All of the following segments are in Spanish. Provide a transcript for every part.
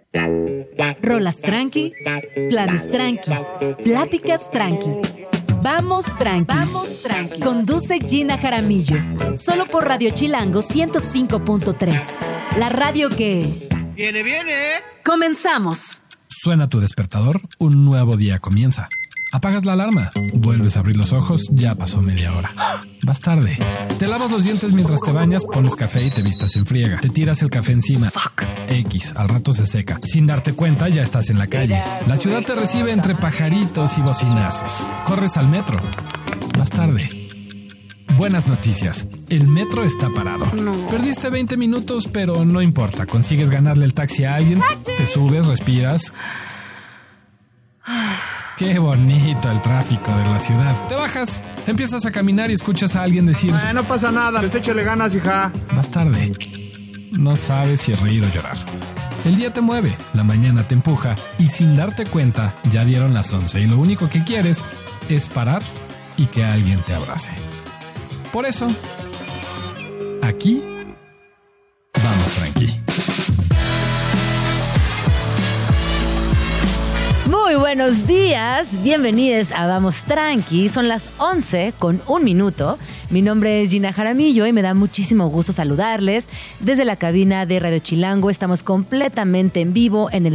Rolas tranqui, planes tranqui, pláticas tranqui. Vamos tranqui. Vamos tranqui. Conduce Gina Jaramillo. Solo por Radio Chilango 105.3. La radio que... ¡Viene! ¡Comenzamos! Suena tu despertador, un nuevo día comienza. Apagas la alarma, vuelves a abrir los ojos, ya pasó media hora. Vas tarde. Te lavas los dientes mientras te bañas, pones café y te vistas en friega. Te tiras el café encima. X, al rato se seca. Sin darte cuenta, ya estás en la calle. La ciudad te recibe entre pajaritos y bocinazos. Corres al metro. Vas tarde. Buenas noticias. El metro está parado. Perdiste 20 minutos, pero no importa. Consigues ganarle el taxi a alguien. Te subes, respiras. Qué bonito el tráfico de la ciudad. Te bajas, empiezas a caminar y escuchas a alguien decir: no pasa nada, échale ganas, hija. Vas tarde. No sabes si reír o llorar. El día te mueve, la mañana te empuja y sin darte cuenta ya dieron las 11 y lo único que quieres es parar y que alguien te abrace. Por eso, aquí vamos tranqui. Muy buenos días, bienvenidos a Vamos Tranqui. Son las 11:01. Mi nombre es Gina Jaramillo y me da muchísimo gusto saludarles desde la cabina de Radio Chilango. Estamos completamente en vivo en el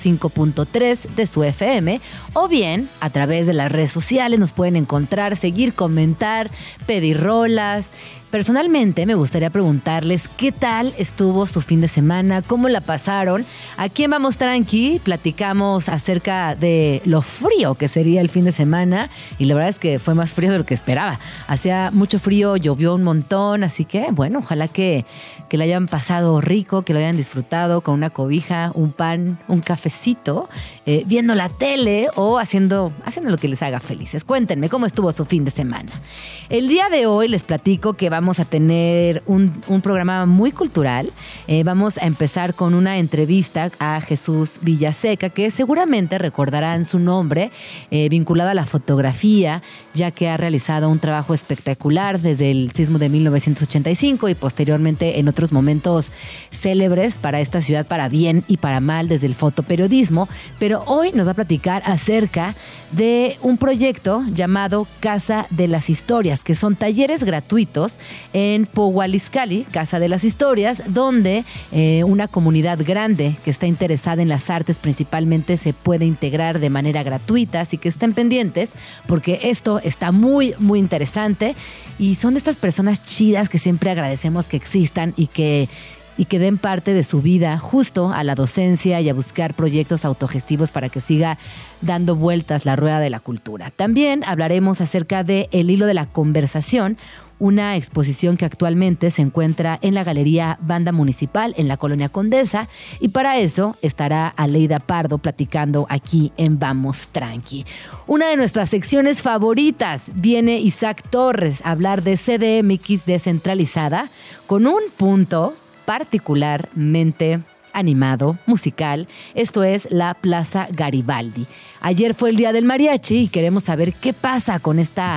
105.3 de su FM, o bien a través de las redes sociales nos pueden encontrar, seguir, comentar, pedir rolas. Personalmente me gustaría preguntarles qué tal estuvo su fin de semana, cómo la pasaron. Aquí en Vamos Tranqui platicamos acerca de lo frío que sería el fin de semana y la verdad es que fue más frío de lo que esperaba. Hacía mucho frío, llovió un montón, así que bueno, ojalá que lo hayan pasado rico, que lo hayan disfrutado con una cobija, un pan, un cafecito, viendo la tele o haciendo lo que les haga felices. Cuéntenme cómo estuvo su fin de semana. El día de hoy les platico que vamos a tener un programa muy cultural. Vamos a empezar con una entrevista a Jesús Villaseca, que seguramente recordarán su nombre, vinculado a la fotografía, ya que ha realizado un trabajo espectacular desde el sismo de 1985 y posteriormente en otros momentos célebres para esta ciudad, para bien y para mal, desde el fotoperiodismo. Pero hoy nos va a platicar acerca de un proyecto llamado Casa de las Historias, que son talleres gratuitos en Pohualizcali, Casa de las Historias, donde una comunidad grande que está interesada en las artes principalmente se puede integrar de manera gratuita, así que estén pendientes porque esto está muy, muy interesante y son de estas personas chidas que siempre agradecemos que existan y que den parte de su vida justo a la docencia y a buscar proyectos autogestivos para que siga dando vueltas la rueda de la cultura. También hablaremos acerca de El Hilo de la Conversación, una exposición que actualmente se encuentra en la Galería Banda Municipal en la Colonia Condesa, y para eso estará Aleida Pardo platicando aquí en Vamos Tranqui. Una de nuestras secciones favoritas, viene Isaac Torres a hablar de CDMX descentralizada con un punto particularmente animado, musical. Esto es la Plaza Garibaldi. Ayer fue el Día del Mariachi y queremos saber qué pasa con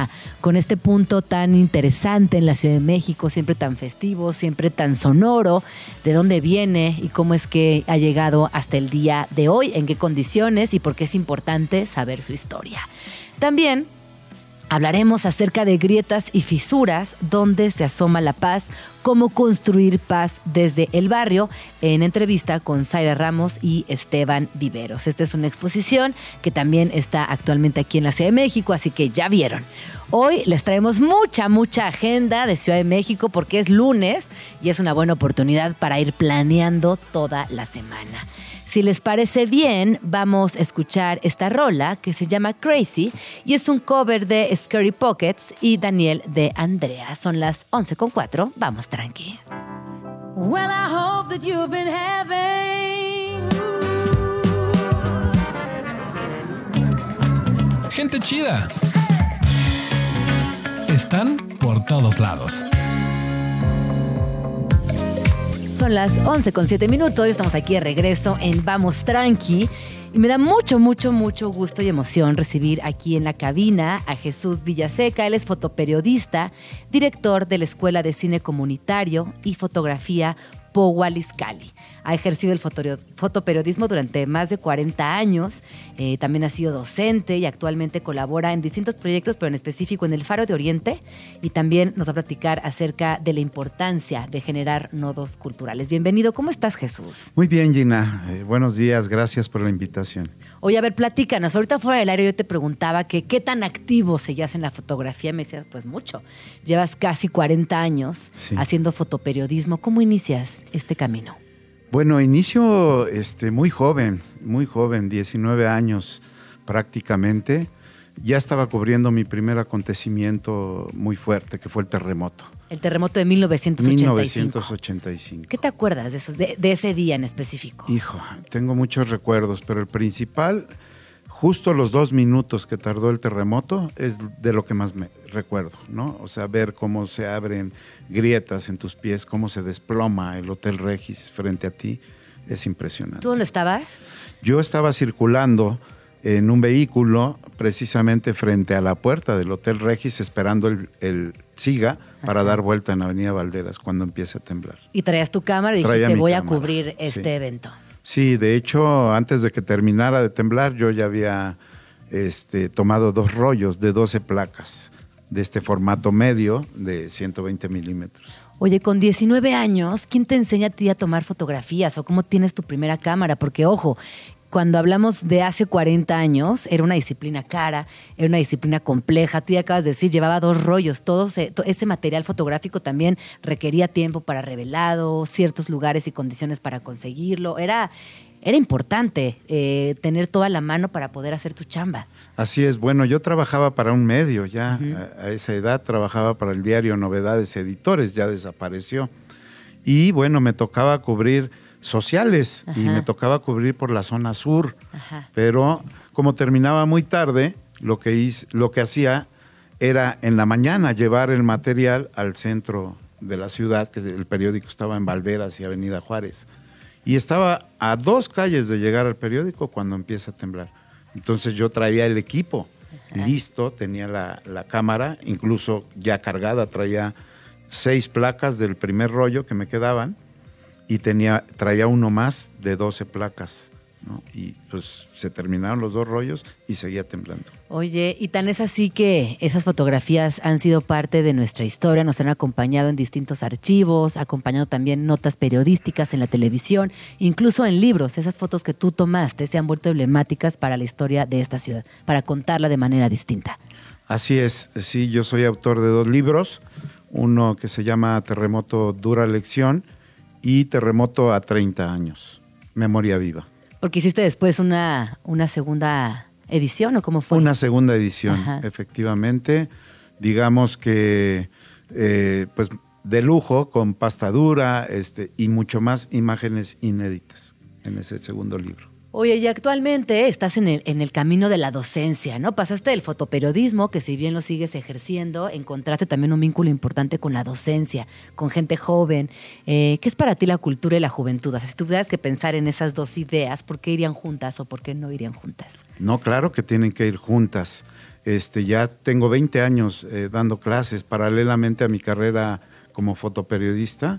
este punto tan interesante en la Ciudad de México, siempre tan festivo, siempre tan sonoro, de dónde viene y cómo es que ha llegado hasta el día de hoy, en qué condiciones y por qué es importante saber su historia. También hablaremos acerca de grietas y fisuras, dónde se asoma la paz, cómo construir paz desde el barrio, en entrevista con Zaira Ramos y Esteban Viveros. Esta es una exposición que también está actualmente aquí en la Ciudad de México, así que ya vieron. Hoy les traemos mucha agenda de Ciudad de México porque es lunes y es una buena oportunidad para ir planeando toda la semana. Si les parece bien, vamos a escuchar esta rola que se llama Crazy y es un cover de Scary Pockets y Daniel de Andrea. Son las 11:04. Vamos tranqui. Well, I hope that you've been having... Gente chida. Están por todos lados. Son las 11:07. Estamos aquí de regreso en Vamos Tranqui. Y me da mucho gusto y emoción recibir aquí en la cabina a Jesús Villaseca. Él es fotoperiodista, director de la Escuela de Cine Comunitario y Fotografía Pauaxli Izcalli. Ha ejercido el fotoperiodismo durante más de 40 años. También ha sido docente y actualmente colabora en distintos proyectos, pero en específico en el Faro de Oriente. Y también nos va a platicar acerca de la importancia de generar nodos culturales. Bienvenido. ¿Cómo estás, Jesús? Muy bien, Gina. Buenos días. Gracias por la invitación. Oye, a ver, platícanos. Ahorita fuera del aire yo te preguntaba que qué tan activo seguías en la fotografía. Me decías, pues mucho. Llevas casi 40 años haciendo fotoperiodismo. ¿Cómo inicias este camino? Bueno, inicio muy joven, 19 años prácticamente. Ya estaba cubriendo mi primer acontecimiento muy fuerte, que fue el terremoto. El terremoto de 1985. 1985. ¿Qué te acuerdas de, de ese día en específico? Hijo, tengo muchos recuerdos, pero el principal, justo los 2 minutos que tardó el terremoto, es de lo que más me recuerdo, ¿no? O sea, ver cómo se abren grietas en tus pies, cómo se desploma el Hotel Regis frente a ti, es impresionante. ¿Tú dónde estabas? Yo estaba circulando en un vehículo precisamente frente a la puerta del Hotel Regis esperando el SIGA para dar vuelta en Avenida Valderas cuando empiece a temblar. Y traías tu cámara y dijiste, voy a cubrir este evento. Sí, de hecho, antes de que terminara de temblar, yo ya había tomado 2 rollos de 12 placas de este formato medio de 120 milímetros. Oye, con 19 años, ¿quién te enseña a ti a tomar fotografías o cómo tienes tu primera cámara? Porque, ojo, cuando hablamos de hace 40 años, era una disciplina cara, era una disciplina compleja. Tú ya acabas de decir, llevaba 2 rollos. Todo ese material fotográfico también requería tiempo para revelado, ciertos lugares y condiciones para conseguirlo. Era importante tener toda la mano para poder hacer tu chamba. Así es. Bueno, yo trabajaba para un medio ya. A esa edad trabajaba para el diario Novedades Editores, ya desapareció. Y bueno, me tocaba cubrir sociales y me tocaba cubrir por la zona sur. Pero como terminaba muy tarde, lo que hacía era en la mañana llevar el material al centro de la ciudad, que el periódico estaba en Valderas y Avenida Juárez. Y estaba a 2 calles de llegar al periódico cuando empieza a temblar. Entonces yo traía el equipo listo, tenía la cámara, incluso ya cargada, traía 6 placas del primer rollo que me quedaban y traía uno más de 12 placas, ¿no? Y pues se terminaron los 2 rollos y seguía temblando. Oye, y tan es así que esas fotografías han sido parte de nuestra historia, nos han acompañado en distintos archivos, acompañado también notas periodísticas en la televisión, incluso en libros. Esas fotos que tú tomaste se han vuelto emblemáticas para la historia de esta ciudad, para contarla de manera distinta. Así es, sí, yo soy autor de 2 libros, uno que se llama Terremoto Dura Lección y Terremoto a 30 años, Memoria Viva. Porque hiciste después una segunda edición, ¿o cómo fue? Una segunda edición, efectivamente. Digamos que pues de lujo, con pasta dura y mucho más imágenes inéditas en ese segundo libro. Oye, y actualmente estás en el camino de la docencia, ¿no? Pasaste del fotoperiodismo, que si bien lo sigues ejerciendo, encontraste también un vínculo importante con la docencia, con gente joven. ¿Qué es para ti la cultura y la juventud? O sea, si tuvieras que pensar en esas 2 ideas, ¿por qué irían juntas o por qué no irían juntas? No, claro que tienen que ir juntas. Ya tengo 20 años dando clases paralelamente a mi carrera como fotoperiodista.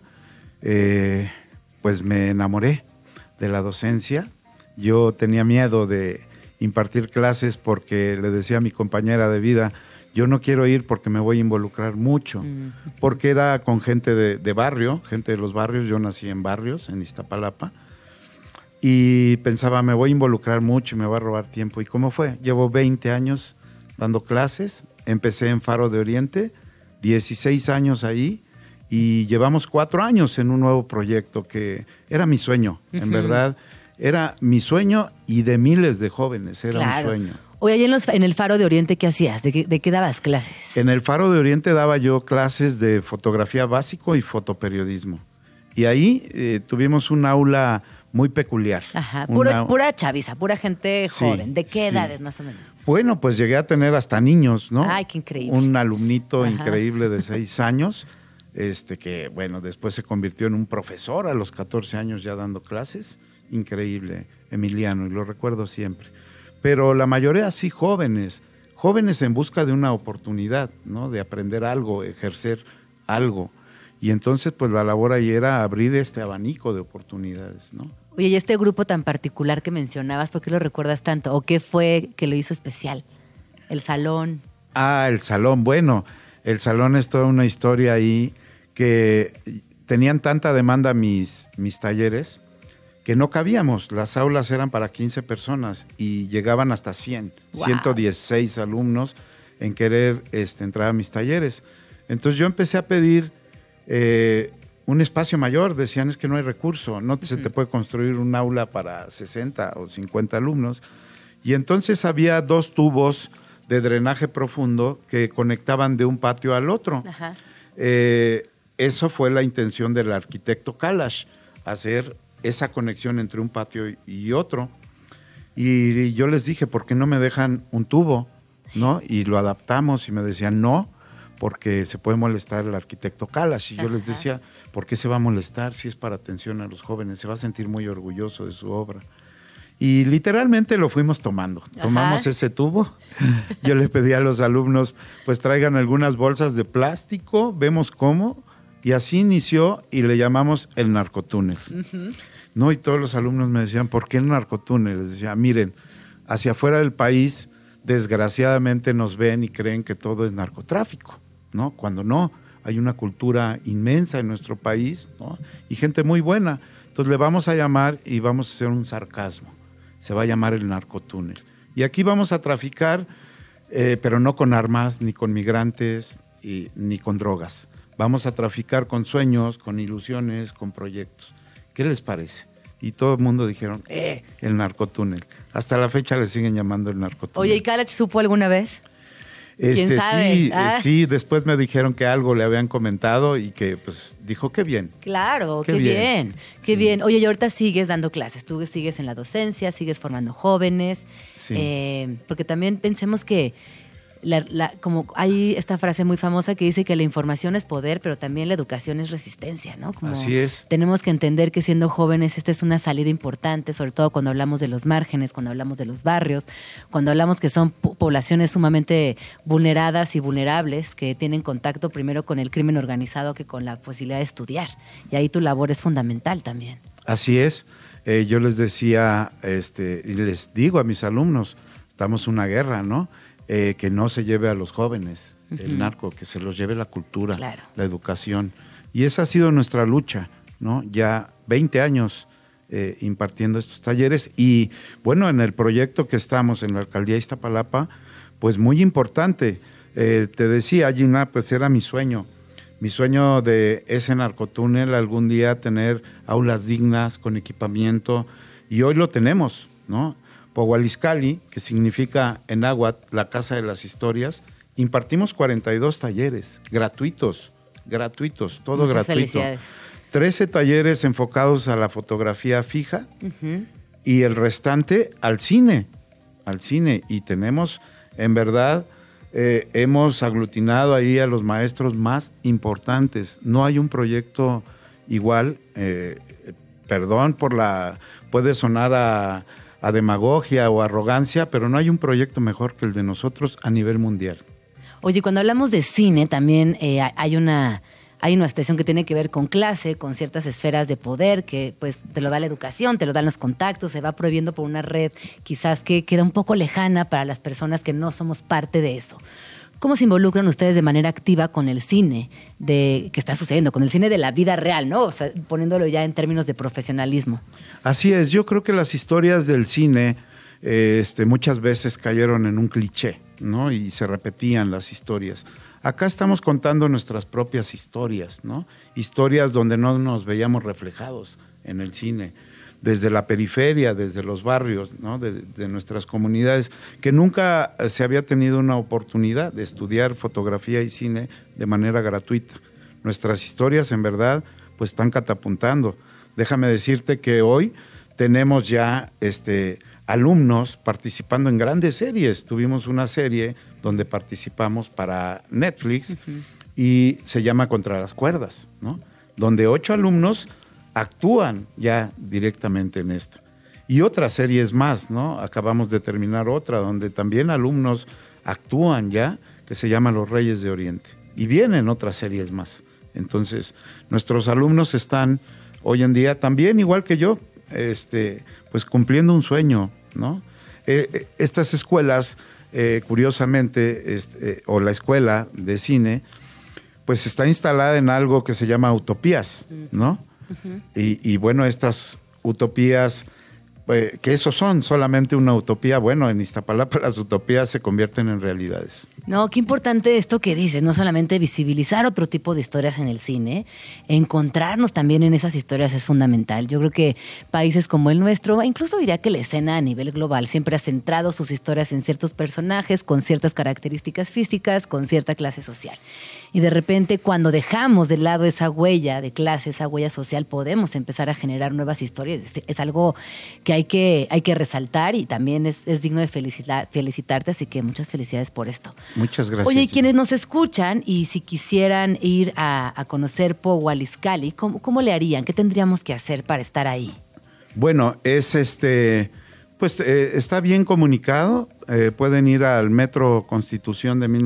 Pues me enamoré de la docencia. Yo tenía miedo de impartir clases porque le decía a mi compañera de vida, yo no quiero ir porque me voy a involucrar mucho, porque era con gente de barrio, gente de los barrios. Yo nací en barrios, en Iztapalapa, y pensaba, me voy a involucrar mucho y me va a robar tiempo. ¿Y cómo fue? Llevo 20 años dando clases, empecé en Faro de Oriente, 16 años ahí, y llevamos 4 años en un nuevo proyecto que era mi sueño, en verdad. Era mi sueño y de miles de jóvenes, era un sueño. Oye, en el Faro de Oriente, ¿qué hacías? ¿De qué dabas clases? En el Faro de Oriente daba yo clases de fotografía básico y fotoperiodismo. Y ahí tuvimos un aula muy peculiar. Pura chaviza, pura gente joven. ¿De qué edades más o menos? Bueno, pues llegué a tener hasta niños, ¿no? Ay, qué increíble. Un alumnito increíble de 6 años, que bueno, después se convirtió en un profesor a los 14 años ya dando clases. Increíble, Emiliano, y lo recuerdo siempre. Pero la mayoría sí jóvenes en busca de una oportunidad, ¿no? De aprender algo, ejercer algo. Y entonces, pues la labor ahí era abrir este abanico de oportunidades, ¿no? Oye, y este grupo tan particular que mencionabas, ¿por qué lo recuerdas tanto? ¿O qué fue que lo hizo especial? ¿El salón? El salón. Bueno, el salón es toda una historia ahí que tenían tanta demanda mis talleres que no cabíamos. Las aulas eran para 15 personas y llegaban hasta 100, wow. 116 alumnos en querer entrar a mis talleres. Entonces yo empecé a pedir un espacio mayor. Decían, es que no hay recurso, no se te puede construir un aula para 60 o 50 alumnos. Y entonces había 2 tubos de drenaje profundo que conectaban de un patio al otro. Ajá. Eso fue la intención del arquitecto Kalash, hacer esa conexión entre un patio y otro. Y yo les dije, ¿por qué no me dejan un tubo? ¿No? Y lo adaptamos y me decían, no, porque se puede molestar el arquitecto Kalash. Y yo les decía, ¿por qué se va a molestar si es para atención a los jóvenes? Se va a sentir muy orgulloso de su obra. Y literalmente lo fuimos tomando. Tomamos ese tubo. Yo le pedí a los alumnos, pues traigan algunas bolsas de plástico, vemos cómo. Y así inició y le llamamos el narcotúnel. ¿No? Y todos los alumnos me decían, ¿por qué el narcotúnel? Les decía, miren, hacia afuera del país, desgraciadamente nos ven y creen que todo es narcotráfico, ¿no? Cuando no, hay una cultura inmensa en nuestro país, ¿no? Y gente muy buena. Entonces le vamos a llamar y vamos a hacer un sarcasmo. Se va a llamar el narcotúnel. Y aquí vamos a traficar, pero no con armas, ni con migrantes, ni con drogas. Vamos a traficar con sueños, con ilusiones, con proyectos. ¿Qué les parece? Y todo el mundo dijeron, el narcotúnel. Hasta la fecha le siguen llamando el narcotúnel. Oye, ¿y Kalash supo alguna vez? ¿Quién sabe? Sí, después me dijeron que algo le habían comentado y que pues dijo, qué bien. Claro, qué bien. Qué bien. Oye, y ahorita sigues dando clases, tú sigues en la docencia, sigues formando jóvenes, porque también pensemos que como hay esta frase muy famosa que dice que la información es poder, pero también la educación es resistencia, ¿no? Como así es. Tenemos que entender que siendo jóvenes esta es una salida importante, sobre todo cuando hablamos de los márgenes, cuando hablamos de los barrios, cuando hablamos que son poblaciones sumamente vulneradas y vulnerables, que tienen contacto primero con el crimen organizado que con la posibilidad de estudiar. Y ahí tu labor es fundamental también. Así es. Yo les decía, y les digo a mis alumnos, estamos en una guerra, ¿no? Que no se lleve a los jóvenes el narco, que se los lleve la cultura, claro, la educación. Y esa ha sido nuestra lucha, ¿no? Ya 20 años impartiendo estos talleres. Y bueno, en el proyecto que estamos en la Alcaldía de Iztapalapa, pues muy importante. Te decía, Gina, pues era mi sueño de ese narcotúnel, algún día tener aulas dignas, con equipamiento, y hoy lo tenemos, ¿no? Pohualizcali, que significa en náhuatl la Casa de las Historias, impartimos 42 talleres gratuitos, todo muchas gratuito. Felicidades. 13 talleres enfocados a la fotografía fija y el restante al cine. Y tenemos, en verdad, hemos aglutinado ahí a los maestros más importantes. No hay un proyecto igual, perdón puede sonar a demagogia o arrogancia, pero no hay un proyecto mejor que el de nosotros a nivel mundial. Oye, cuando hablamos de cine también hay una situación que tiene que ver con clase, con ciertas esferas de poder que pues te lo da la educación, te lo dan los contactos, se va prohibiendo por una red quizás que queda un poco lejana para las personas que no somos parte de eso. ¿Cómo se involucran ustedes de manera activa con el cine que está sucediendo, con el cine de la vida real, ¿no? O sea, poniéndolo ya en términos de profesionalismo. Así es, yo creo que las historias del cine muchas veces cayeron en un cliché, ¿no? Y se repetían las historias. Acá estamos contando nuestras propias historias, ¿no? Historias donde no nos veíamos reflejados en el cine, desde la periferia, desde los barrios, ¿no? de nuestras comunidades, que nunca se había tenido una oportunidad de estudiar fotografía y cine de manera gratuita. Nuestras historias, en verdad, pues están catapultando. Déjame decirte que hoy tenemos ya alumnos participando en grandes series. Tuvimos una serie donde participamos para Netflix y se llama Contra las Cuerdas, ¿no? Donde 8 alumnos actúan ya directamente en esto. Y otras series más, ¿no? Acabamos de terminar otra donde también alumnos actúan ya, que se llama Los Reyes de Oriente. Y vienen otras series más. Entonces, nuestros alumnos están hoy en día también, igual que yo, pues cumpliendo un sueño, ¿no? Estas escuelas, curiosamente, o la escuela de cine, pues está instalada en algo que se llama utopías, ¿no? Uh-huh. Y bueno, estas utopías, que eso son solamente una utopía, bueno, en Iztapalapa las utopías se convierten en realidades. No, qué importante esto que dices, no solamente visibilizar otro tipo de historias en el cine, encontrarnos también en esas historias es fundamental. Yo creo que países como el nuestro, incluso diría que la escena a nivel global, siempre ha centrado sus historias en ciertos personajes, con ciertas características físicas, con cierta clase social. Y de repente, cuando dejamos de lado esa huella de clase, esa huella social, podemos empezar a generar nuevas historias. Es algo que hay que resaltar y también es digno de felicitarte, así que muchas felicidades por esto. Muchas gracias. Oye, y quienes nos escuchan y si quisieran ir a conocer Pohualizcali, ¿cómo le harían? ¿Qué tendríamos que hacer para estar ahí? Bueno, pues está bien comunicado. Pueden ir al Metro Constitución de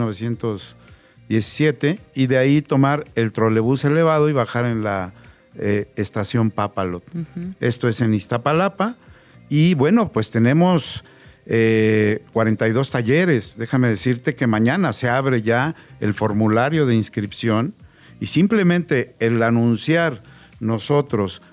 1917 y de ahí tomar el trolebús elevado y bajar en la estación Papalot. Uh-huh. Esto es en Iztapalapa. Y bueno, pues tenemos 42 talleres. Déjame decirte que mañana se abre ya el formulario de inscripción y simplemente el anunciar nosotros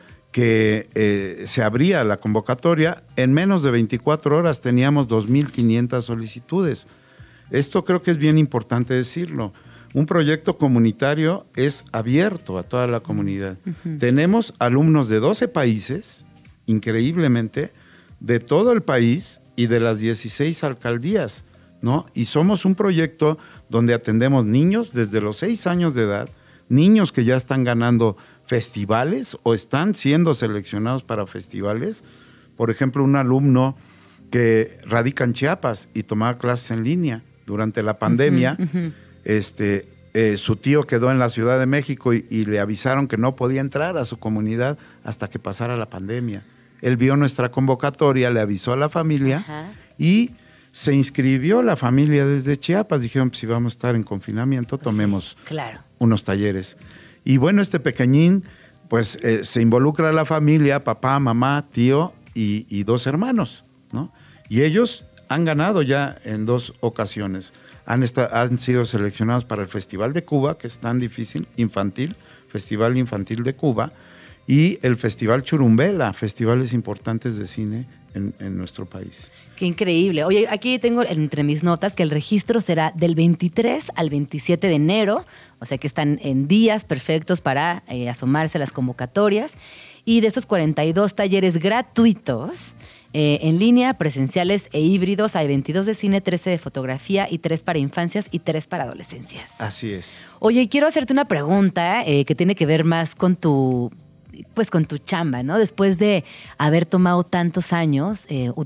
que se abría la convocatoria, en menos de 24 horas teníamos 2,500 solicitudes. Esto creo que es bien importante decirlo. Un proyecto comunitario es abierto a toda la comunidad. Uh-huh. Tenemos alumnos de 12 países, increíblemente, de todo el país y de las 16 alcaldías, ¿no? Y somos un proyecto donde atendemos niños desde los 6 años de edad, niños que ya están ganando festivales o están siendo seleccionados para festivales. Por ejemplo, un alumno que radica en Chiapas y tomaba clases en línea durante la pandemia, uh-huh, uh-huh. Su tío quedó en la Ciudad de México y le avisaron que no podía entrar a su comunidad hasta que pasara la pandemia. Él vio nuestra convocatoria, le avisó a la familia, ajá, y se inscribió la familia desde Chiapas. Dijeron, pues si vamos a estar en confinamiento, tomemos sí, claro, unos talleres. Y bueno, este pequeñín, pues se involucra a la familia, papá, mamá, tío y 2 hermanos, ¿no? Y ellos han ganado ya en 2 ocasiones. Han sido seleccionados para el Festival de Cuba, que es tan difícil, infantil, Festival Infantil de Cuba, y el Festival Churumbela, festivales importantes de cine en nuestro país. Qué increíble. Oye, aquí tengo entre mis notas que el registro será del 23 al 27 de enero, o sea que están en días perfectos para asomarse a las convocatorias. Y de estos 42 talleres gratuitos, en línea, presenciales e híbridos, hay 22 de cine, 13 de fotografía y 3 para infancias y 3 para adolescencias. Así es. Oye, y quiero hacerte una pregunta que tiene que ver más con tu chamba, ¿no? Después de haber tomado tantos años,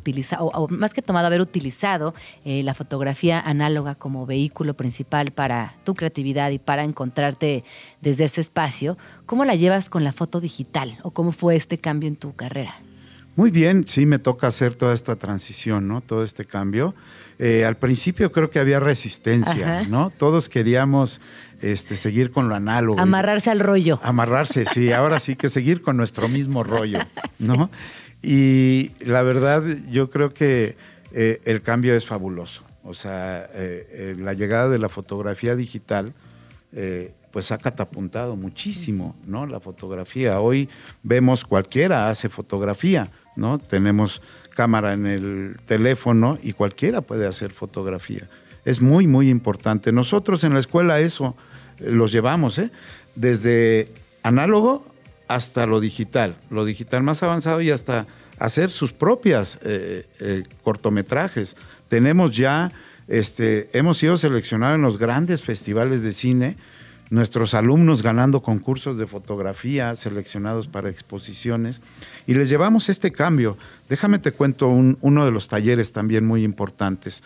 o más que tomado, haber utilizado la fotografía análoga como vehículo principal para tu creatividad y para encontrarte desde ese espacio, ¿cómo la llevas con la foto digital? ¿O cómo fue este cambio en tu carrera? Muy bien, sí me toca hacer toda esta transición, ¿no? Todo este cambio. Al principio creo que había resistencia, ajá, ¿no? Todos queríamos seguir con lo análogo. Amarrarse al rollo. Amarrarse, sí. Ahora sí que seguir con nuestro mismo rollo, ¿no? Sí. Y la verdad, yo creo que el cambio es fabuloso. O sea, la llegada de la fotografía digital pues ha catapultado muchísimo, ¿no? La fotografía. Hoy vemos cualquiera hace fotografía, ¿no? Tenemos cámara en el teléfono y cualquiera puede hacer fotografía. Es muy, muy importante. Nosotros en la escuela eso los llevamos, desde análogo hasta lo digital más avanzado y hasta hacer sus propias cortometrajes. Tenemos ya, hemos sido seleccionados en los grandes festivales de cine, nuestros alumnos ganando concursos de fotografía, seleccionados para exposiciones, y les llevamos este cambio. Déjame te cuento uno de los talleres también muy importantes,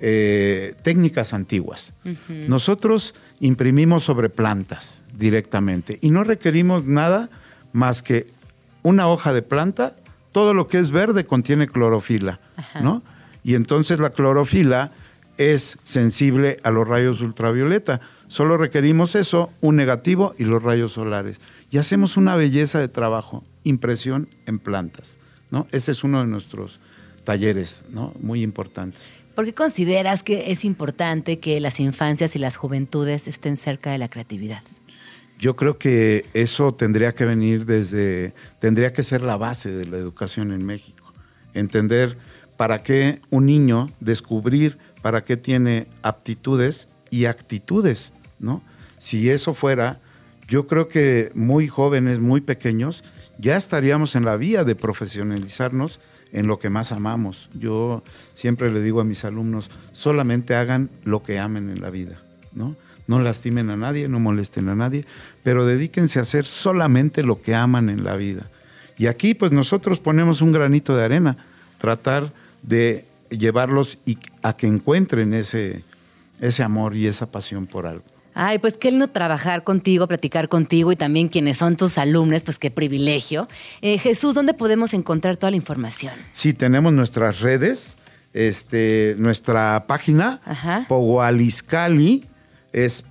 técnicas antiguas. Uh-huh. Nosotros imprimimos sobre plantas directamente y no requerimos nada más que una hoja de planta. Todo lo que es verde contiene clorofila, uh-huh, ¿no? Y entonces la clorofila es sensible a los rayos ultravioleta. Solo requerimos eso, un negativo y los rayos solares. Y hacemos una belleza de trabajo, impresión en plantas, ¿no? Ese es uno de nuestros talleres, ¿no? Muy importantes. ¿Por qué consideras que es importante que las infancias y las juventudes estén cerca de la creatividad? Yo creo que eso tendría que venir tendría que ser la base de la educación en México. Entender para qué un niño, descubrir para qué tiene aptitudes y actitudes, ¿no? Si eso fuera, yo creo que muy jóvenes, muy pequeños, ya estaríamos en la vía de profesionalizarnos en lo que más amamos. Yo siempre le digo a mis alumnos, solamente hagan lo que amen en la vida, ¿no? No lastimen a nadie, no molesten a nadie, pero dedíquense a hacer solamente lo que aman en la vida. Y aquí pues nosotros ponemos un granito de arena, tratar de llevarlos a que encuentren ese amor y esa pasión por algo. Ay, pues qué lindo trabajar contigo, platicar contigo y también quienes son tus alumnos, pues qué privilegio. Jesús, ¿dónde podemos encontrar toda la información? Sí, tenemos nuestras redes, nuestra página, Pogualizcali, es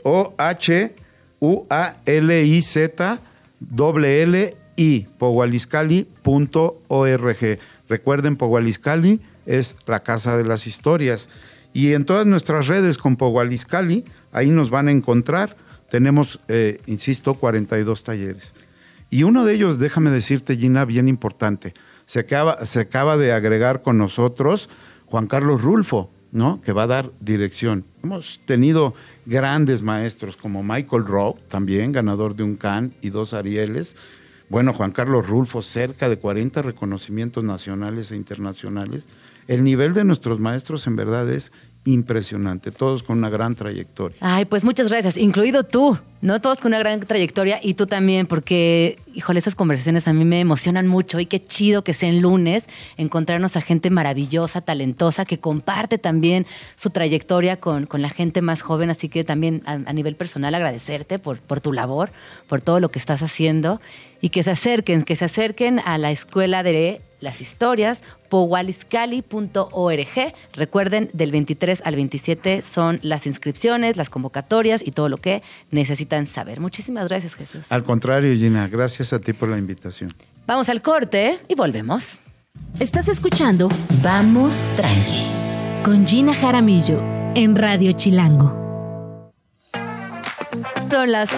POHUALIZLLI, pogualizcali.org. Recuerden, Pogualizcali es la casa de las historias. Y en todas nuestras redes con Pogualizcali, ahí nos van a encontrar. Tenemos, insisto, 42 talleres. Y uno de ellos, déjame decirte, Gina, bien importante. Se acaba de agregar con nosotros Juan Carlos Rulfo, ¿no? Que va a dar dirección. Hemos tenido grandes maestros como Michael Rowe, también ganador de un Cannes y 2 Arieles. Bueno, Juan Carlos Rulfo, cerca de 40 reconocimientos nacionales e internacionales. El nivel de nuestros maestros en verdad es impresionante, todos con una gran trayectoria. Ay, pues muchas gracias, incluido tú, ¿no? Todos con una gran trayectoria y tú también, porque, híjole, esas conversaciones a mí me emocionan mucho y qué chido que sea en lunes encontrarnos a gente maravillosa, talentosa, que comparte también su trayectoria con la gente más joven, así que también a nivel personal agradecerte por tu labor, por todo lo que estás haciendo y que se acerquen a la Escuela de las Historias, pogualizcali.org. Recuerden, del 23 al 27 son las inscripciones, las convocatorias y todo lo que necesitan saber. Muchísimas gracias, Jesús. Al contrario, Gina, gracias a ti por la invitación. Vamos al corte y volvemos. Estás escuchando Vamos Tranqui con Gina Jaramillo en Radio Chilango. Son las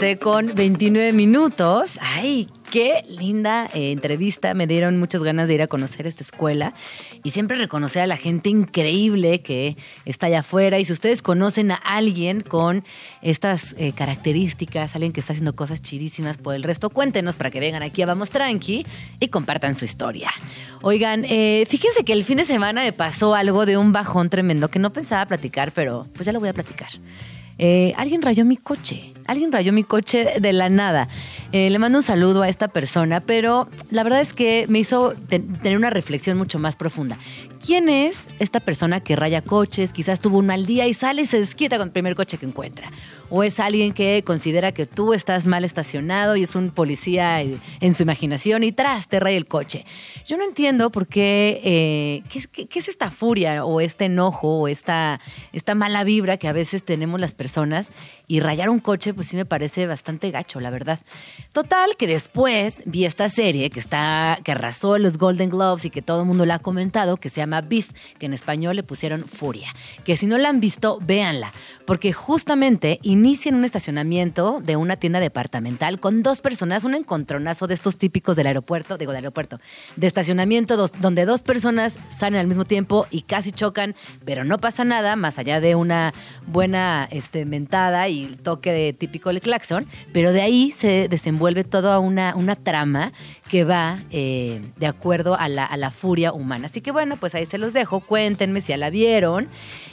11:29. Ay, qué linda entrevista. Me dieron muchas ganas de ir a conocer esta escuela y siempre reconocer a la gente increíble que está allá afuera. Y si ustedes conocen a alguien con estas características, alguien que está haciendo cosas chidísimas por el resto, cuéntenos para que vengan aquí a Vamos Tranqui y compartan su historia. Oigan, fíjense que el fin de semana me pasó algo de un bajón tremendo que no pensaba platicar, pero pues ya lo voy a platicar. Alguien rayó mi coche de la nada. Le mando un saludo a esta persona, pero la verdad es que me hizo tener una reflexión mucho más profunda. ¿Quién es esta persona que raya coches? Quizás tuvo un mal día y sale y se desquita con el primer coche que encuentra. O es alguien que considera que tú estás mal estacionado y es un policía en su imaginación y te raya el coche. Yo no entiendo por qué, qué es esta furia o este enojo o esta mala vibra que a veces tenemos las personas, y rayar un coche pues sí me parece bastante gacho, la verdad. Total, que después vi esta serie que arrasó en los Golden Globes y que todo el mundo la ha comentado, que se llama Beef, que en español le pusieron Furia. Que si no la han visto, véanla, porque justamente inicia en un estacionamiento de una tienda departamental con 2 personas, un encontronazo de estos típicos de estacionamiento, donde 2 personas salen al mismo tiempo y casi chocan, pero no pasa nada, más allá de una buena mentada y el toque de típico del claxon, pero de ahí se desenvuelve toda una trama que va de acuerdo a la furia humana. Así que bueno, pues ahí se los dejo, cuéntenme si ya la vieron.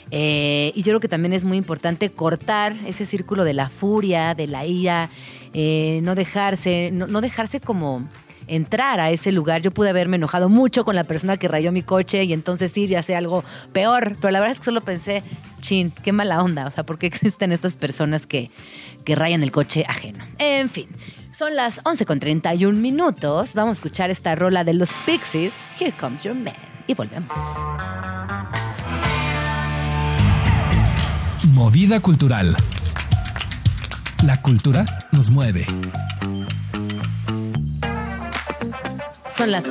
Y yo creo que también es muy importante cortar ese círculo de la furia, de la ira, no dejarse como entrar a ese lugar. Yo pude haberme enojado mucho con la persona que rayó mi coche y entonces ir y hacer algo peor, pero la verdad es que solo pensé, chin, qué mala onda, o sea, ¿por qué existen estas personas que rayan el coche ajeno? En fin, son las 11:31. Vamos a escuchar esta rola de los Pixies, Here Comes Your Man, y volvemos. Movida cultural. La cultura nos mueve. Son las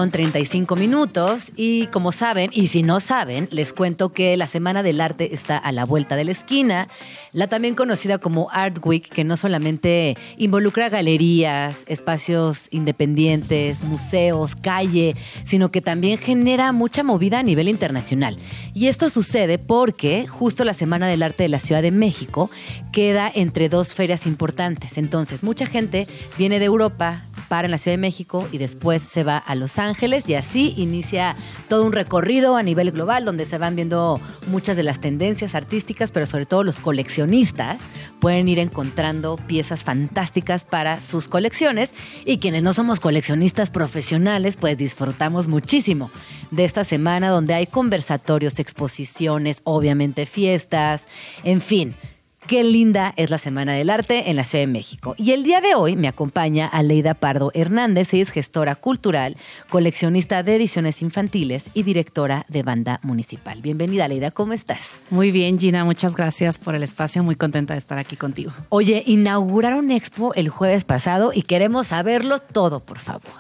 11:35 y como saben, y si no saben, les cuento que la Semana del Arte está a la vuelta de la esquina. La también conocida como Art Week, que no solamente involucra galerías, espacios independientes, museos, calle, sino que también genera mucha movida a nivel internacional. Y esto sucede porque justo la Semana del Arte de la Ciudad de México queda entre dos ferias importantes. Entonces, mucha gente viene de Europa, para en la Ciudad de México y después se va a Los Ángeles y así inicia todo un recorrido a nivel global donde se van viendo muchas de las tendencias artísticas, pero sobre todo los coleccionistas pueden ir encontrando piezas fantásticas para sus colecciones y quienes no somos coleccionistas profesionales pues disfrutamos muchísimo de esta semana donde hay conversatorios, exposiciones, obviamente fiestas, en fin. Qué linda es la Semana del Arte en la Ciudad de México. Y el día de hoy me acompaña Aleida Pardo Hernández. Ella es gestora cultural, coleccionista de ediciones infantiles y directora de banda municipal. Bienvenida, Aleida. ¿Cómo estás? Muy bien, Gina. Muchas gracias por el espacio. Muy contenta de estar aquí contigo. Oye, inauguraron Expo el jueves pasado y queremos saberlo todo, por favor.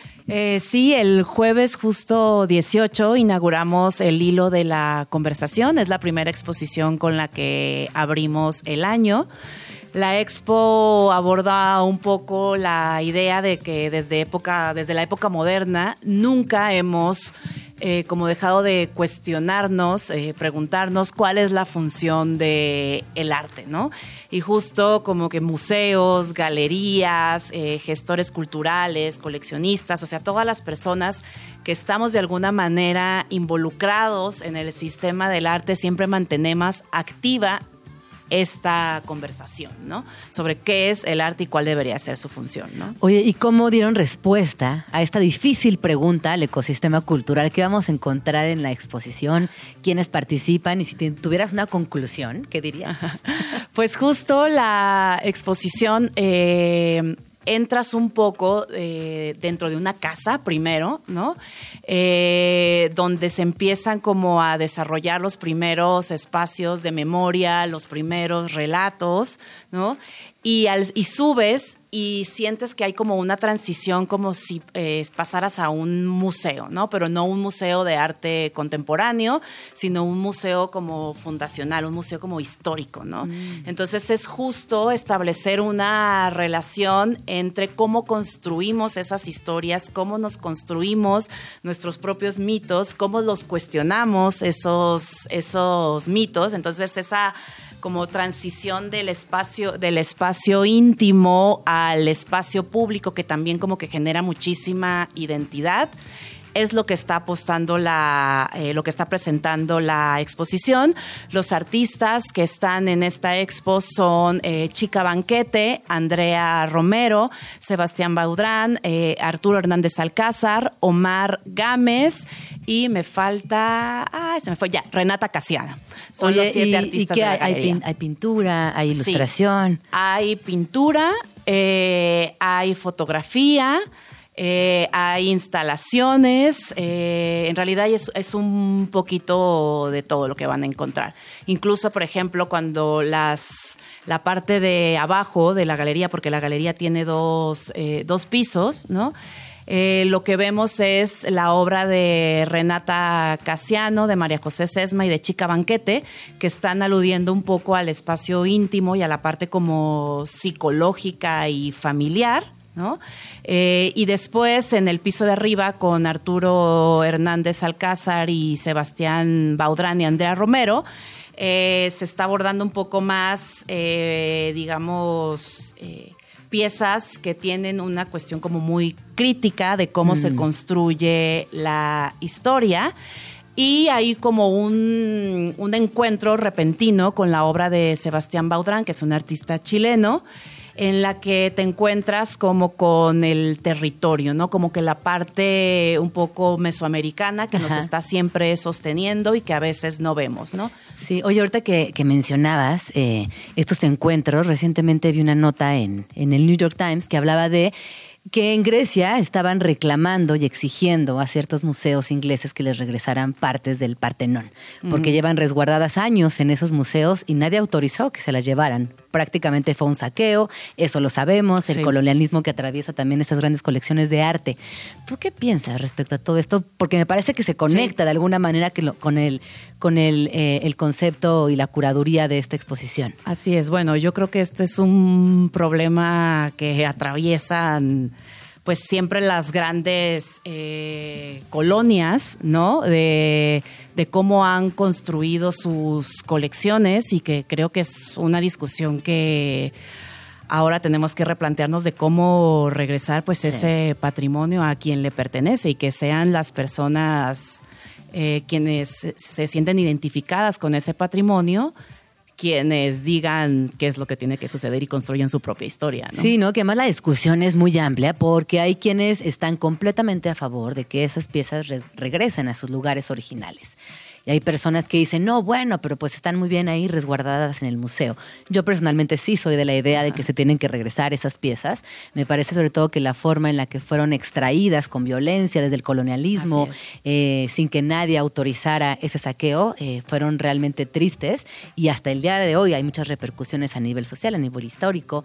Sí, el jueves justo 18 inauguramos el Hilo de la Conversación. Es la primera exposición con la que abrimos el año. La expo aborda un poco la idea de que desde la época moderna nunca hemos como dejado de cuestionarnos, preguntarnos cuál es la función del arte, ¿no? Y justo como que museos, galerías, gestores culturales, coleccionistas, o sea, todas las personas que estamos de alguna manera involucrados en el sistema del arte, siempre mantenemos activa esta conversación, ¿no? Sobre qué es el arte y cuál debería ser su función, ¿no? Oye, ¿y cómo dieron respuesta a esta difícil pregunta al ecosistema cultural? ¿Qué vamos a encontrar en la exposición? ¿Quiénes participan? Y si tuvieras una conclusión, ¿qué dirías? Pues justo la exposición entras un poco dentro de una casa primero, ¿no? Donde se empiezan como a desarrollar los primeros espacios de memoria, los primeros relatos, ¿no? Y subes y sientes que hay como una transición como si pasaras a un museo, ¿no? Pero no un museo de arte contemporáneo, sino un museo como fundacional, un museo como histórico, ¿no? Entonces es justo establecer una relación entre cómo construimos esas historias, cómo nos construimos nuestros propios mitos, cómo los cuestionamos esos mitos. Entonces esa como transición del espacio íntimo al espacio público, que también como que genera muchísima identidad, es lo que está apostando lo que está presentando la exposición. Los artistas que están en esta expo son Chica Banquete, Andrea Romero, Sebastián Baudrán, Arturo Hernández Alcázar, Omar Gámez y me falta, Renata Casiana. Son los 7 artistas. ¿Y qué de la galería. hay pintura, hay ilustración? Sí, hay pintura, hay fotografía, hay instalaciones, en realidad es un poquito de todo lo que van a encontrar. Incluso, por ejemplo, cuando la parte de abajo de la galería, porque la galería tiene dos pisos, ¿no? Lo que vemos es la obra de Renata Casiano, de María José Sesma y de Chica Banquete, que están aludiendo un poco al espacio íntimo y a la parte como psicológica y familiar, ¿no? Y después en el piso de arriba con Arturo Hernández Alcázar y Sebastián Baudrán y Andrea Romero, se está abordando un poco más, piezas que tienen una cuestión como muy crítica de cómo se construye la historia. Y hay como un encuentro repentino con la obra de Sebastián Baudrán, que es un artista chileno, en la que te encuentras como con el territorio, ¿no? Como que la parte un poco mesoamericana que nos está siempre sosteniendo y que a veces no vemos, ¿no? Sí, oye, ahorita que mencionabas estos encuentros, recientemente vi una nota en el New York Times que hablaba de que en Grecia estaban reclamando y exigiendo a ciertos museos ingleses que les regresaran partes del Partenón, porque llevan resguardadas años en esos museos y nadie autorizó que se las llevaran. prácticamente fue un saqueo, eso lo sabemos, el colonialismo que atraviesa también esas grandes colecciones de arte. ¿Tú qué piensas respecto a todo esto? Porque me parece que se conecta de alguna manera con el concepto y la curaduría de esta exposición. Así es, bueno, yo creo que este es un problema que atraviesan pues siempre las grandes colonias, ¿no? De cómo han construido sus colecciones, y que creo que es una discusión que ahora tenemos que replantearnos de cómo regresar pues ese patrimonio a quien le pertenece, y que sean las personas quienes se sienten identificadas con ese patrimonio quienes digan qué es lo que tiene que suceder y construyan su propia historia, ¿no? Sí, ¿no? Que además la discusión es muy amplia, porque hay quienes están completamente a favor de que esas piezas regresen a sus lugares originales. Y hay personas que dicen, no, bueno, pero pues están muy bien ahí resguardadas en el museo. Yo personalmente sí soy de la idea de que se tienen que regresar esas piezas. Me parece sobre todo que la forma en la que fueron extraídas con violencia desde el colonialismo, sin que nadie autorizara ese saqueo, fueron realmente tristes. Y hasta el día de hoy hay muchas repercusiones a nivel social, a nivel histórico.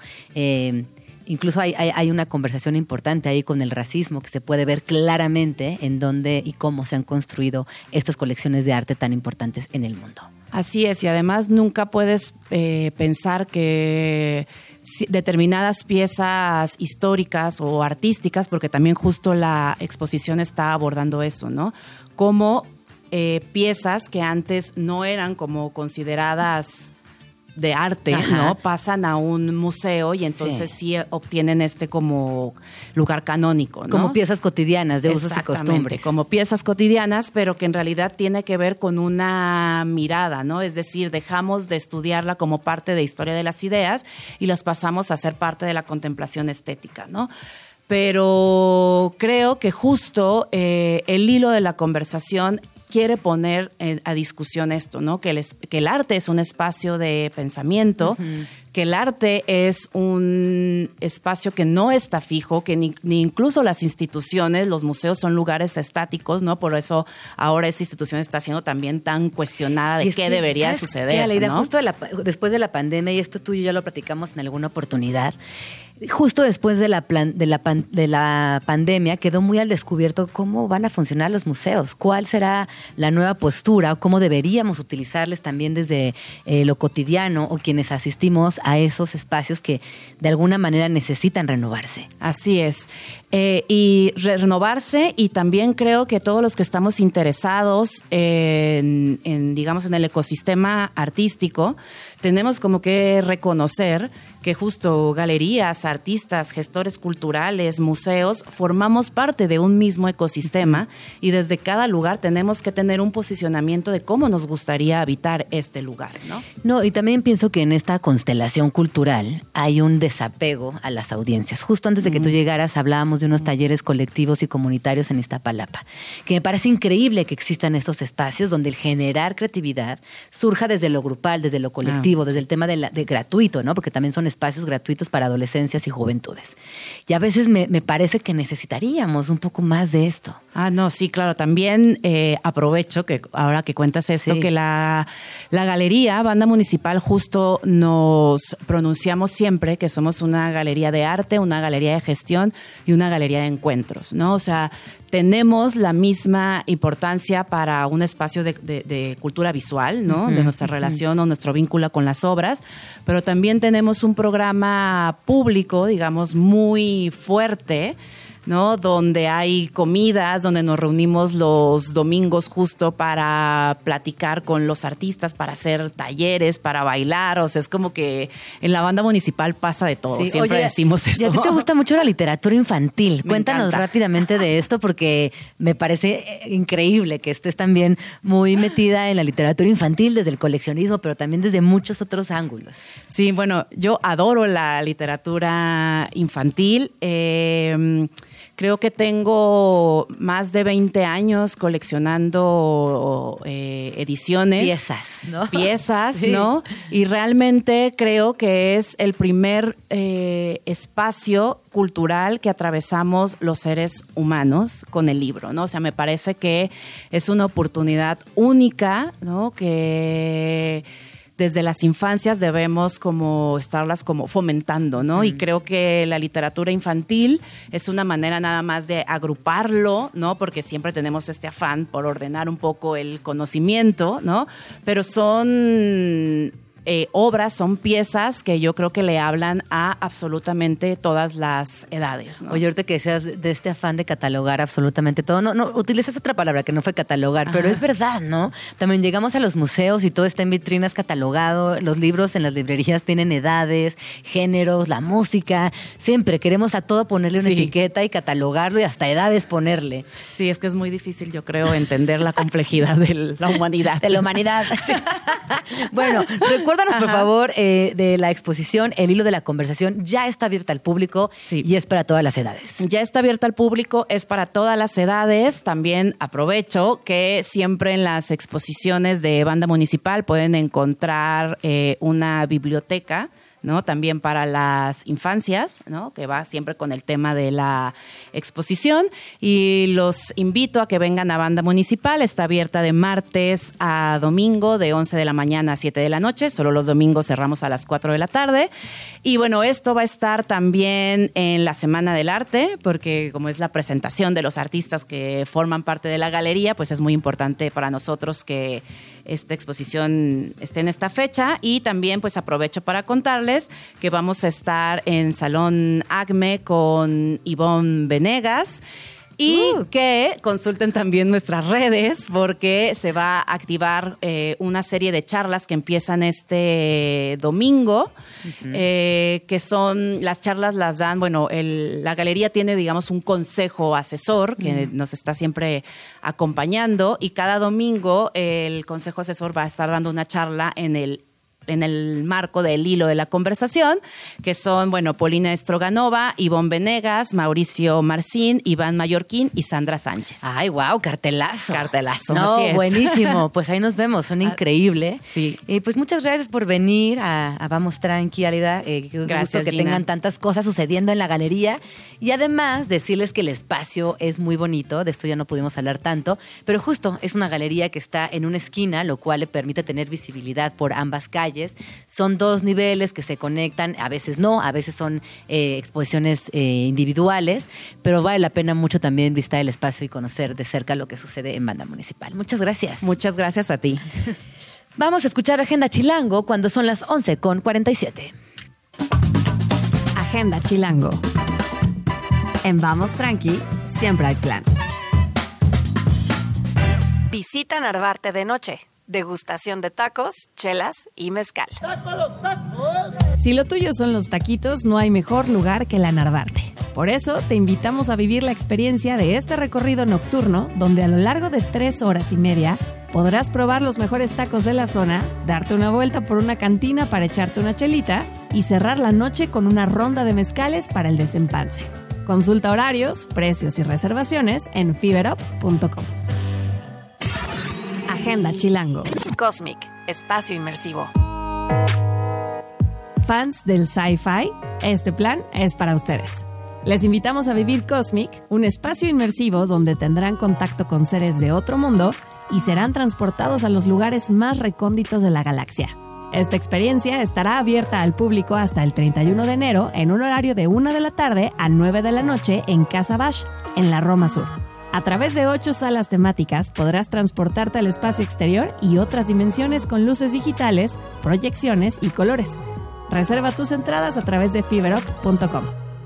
Incluso hay una conversación importante ahí con el racismo, que se puede ver claramente en dónde y cómo se han construido estas colecciones de arte tan importantes en el mundo. Así es, y además nunca puedes pensar que determinadas piezas históricas o artísticas, porque también justo la exposición está abordando eso, ¿no? Como piezas que antes no eran como consideradas de arte, ¿no? Pasan a un museo y entonces sí obtienen como lugar canónico, ¿no? Como piezas cotidianas de usos y costumbres. Como piezas cotidianas, pero que en realidad tiene que ver con una mirada, ¿no? Es decir, dejamos de estudiarla como parte de historia de las ideas y las pasamos a ser parte de la contemplación estética, ¿no? Pero creo que justo el hilo de la conversación quiere poner a discusión esto, ¿no? Que el arte es un espacio de pensamiento, que el arte es un espacio que no está fijo, que ni incluso las instituciones, los museos son lugares estáticos, ¿no? Por eso ahora esta institución está siendo también tan cuestionada de qué debería suceder, la idea, ¿no? justo después de la pandemia, y esto tú y yo ya lo platicamos en alguna oportunidad, justo después de la pandemia quedó muy al descubierto cómo van a funcionar los museos, cuál será la nueva postura, o cómo deberíamos utilizarles también desde lo cotidiano, o quienes asistimos a esos espacios que de alguna manera necesitan renovarse. Así es. Y renovarse, y también creo que todos los que estamos interesados en el ecosistema artístico, tenemos como que reconocer que justo galerías, artistas, gestores culturales, museos, formamos parte de un mismo ecosistema, y desde cada lugar tenemos que tener un posicionamiento de cómo nos gustaría habitar este lugar, ¿no? No, y también pienso que en esta constelación cultural hay un desapego a las audiencias. Justo antes de que tú llegaras hablábamos de unos talleres colectivos y comunitarios en Iztapalapa, que me parece increíble que existan estos espacios donde el generar creatividad surja desde lo grupal, desde lo colectivo, desde el tema de gratuito, ¿no? Porque también son espacios gratuitos para adolescencias y juventudes. Y a veces me parece que necesitaríamos un poco más de esto. No, sí, claro. También aprovecho que ahora que cuentas esto, que la galería Banda Municipal justo nos pronunciamos siempre que somos una galería de arte, una galería de gestión y una galería de encuentros, ¿no? O sea, tenemos la misma importancia para un espacio de cultura visual, ¿no? De nuestra relación o nuestro vínculo con las obras, pero también tenemos un programa público, digamos, muy fuerte, ¿no? Donde hay comidas, donde nos reunimos los domingos justo para platicar con los artistas, para hacer talleres, para bailar. O sea, es como que en la Banda Municipal pasa de todo. Sí, siempre decimos eso. Y a ti te gusta mucho la literatura infantil. Cuéntanos encanta. Rápidamente de esto, porque me parece increíble que estés también muy metida en la literatura infantil desde el coleccionismo, pero también desde muchos otros ángulos. Sí, bueno, yo adoro la literatura infantil. Creo que tengo más de 20 años coleccionando ediciones. Piezas, Sí. ¿no? Y realmente creo que es el primer espacio cultural que atravesamos los seres humanos con el libro, ¿no? O sea, me parece que es una oportunidad única, ¿no? Que desde las infancias debemos como estarlas como fomentando, ¿no? Y creo que la literatura infantil es una manera nada más de agruparlo, ¿no? Porque siempre tenemos este afán por ordenar un poco el conocimiento, ¿no? Pero son obras, son piezas que yo creo que le hablan a absolutamente todas las edades, ¿no? Oye, ahorita que decías de este afán de catalogar absolutamente todo, no utilizas otra palabra que no fue catalogar, pero es verdad, ¿no? También llegamos a los museos y todo está en vitrinas catalogado, los libros en las librerías tienen edades, géneros, la música, siempre queremos a todo ponerle una etiqueta y catalogarlo y hasta edades ponerle. Sí, es que es muy difícil, yo creo, entender la complejidad de la humanidad. De la humanidad. Sí. Bueno, recuérdanos, por favor, de la exposición El Hilo de la Conversación. Ya está abierta al público y es para todas las edades. Ya está abierta al público, es para todas las edades. También aprovecho que siempre en las exposiciones de Banda Municipal pueden encontrar una biblioteca, ¿no? También para las infancias, ¿no? Que va siempre con el tema de la exposición, y los invito a que vengan a Banda Municipal. Está abierta de martes a domingo de 11 de la mañana a 7 de la noche, solo los domingos cerramos a las 4 de la tarde. Y bueno, esto va a estar también en la Semana del Arte, porque como es la presentación de los artistas que forman parte de la galería, pues es muy importante para nosotros que esta exposición esté en esta fecha. Y también pues aprovecho para contarles que vamos a estar en Salón ACME con Ivonne Venegas. Y que consulten también nuestras redes, porque se va a activar una serie de charlas que empiezan este domingo, que son, las charlas las dan, bueno, la galería tiene, digamos, un consejo asesor que nos está siempre acompañando, y cada domingo el consejo asesor va a estar dando una charla en el marco del Hilo de la Conversación, que son, bueno, Polina Stroganova, Ivonne Venegas, Mauricio Marcín, Iván Mallorquín y Sandra Sánchez. Ay, wow, cartelazo. Cartelazo, no, así es. Buenísimo. Pues ahí nos vemos, son increíbles. Sí. Y pues muchas gracias por venir a Vamos Tranqui, Árida. Gracias, que Gina. tengan tantas cosas sucediendo en la galería. Y además decirles que el espacio es muy bonito, de esto ya no pudimos hablar tanto, pero justo es una galería que está en una esquina, lo cual le permite tener visibilidad por ambas calles. Son 2 niveles que se conectan, a veces no, a veces son exposiciones individuales, pero vale la pena mucho también visitar el espacio y conocer de cerca lo que sucede en Banda Municipal. Muchas gracias. Muchas gracias a ti. Vamos a escuchar Agenda Chilango cuando son las 11:47. Agenda Chilango. En Vamos Tranqui, siempre hay plan. Visita Narvarte de noche. Degustación de tacos, chelas y mezcal. Si lo tuyo son los taquitos, no hay mejor lugar que la Narvarte. Por eso, te invitamos a vivir la experiencia de este recorrido nocturno, donde a lo largo de 3 horas y media podrás probar los mejores tacos de la zona, darte una vuelta por una cantina para echarte una chelita y cerrar la noche con una ronda de mezcales para el desempance. Consulta horarios, precios y reservaciones en fiberup.com. Agenda Chilango. Cosmic, espacio inmersivo. Fans del sci-fi, este plan es para ustedes. Les invitamos a vivir Cosmic, un espacio inmersivo donde tendrán contacto con seres de otro mundo y serán transportados a los lugares más recónditos de la galaxia. Esta experiencia estará abierta al público hasta el 31 de enero en un horario de 1 de la tarde a 9 de la noche en Casa Bash, en la Roma Sur. A través de 8 salas temáticas podrás transportarte al espacio exterior y otras dimensiones con luces digitales, proyecciones y colores. Reserva tus entradas a través de fiberup.com.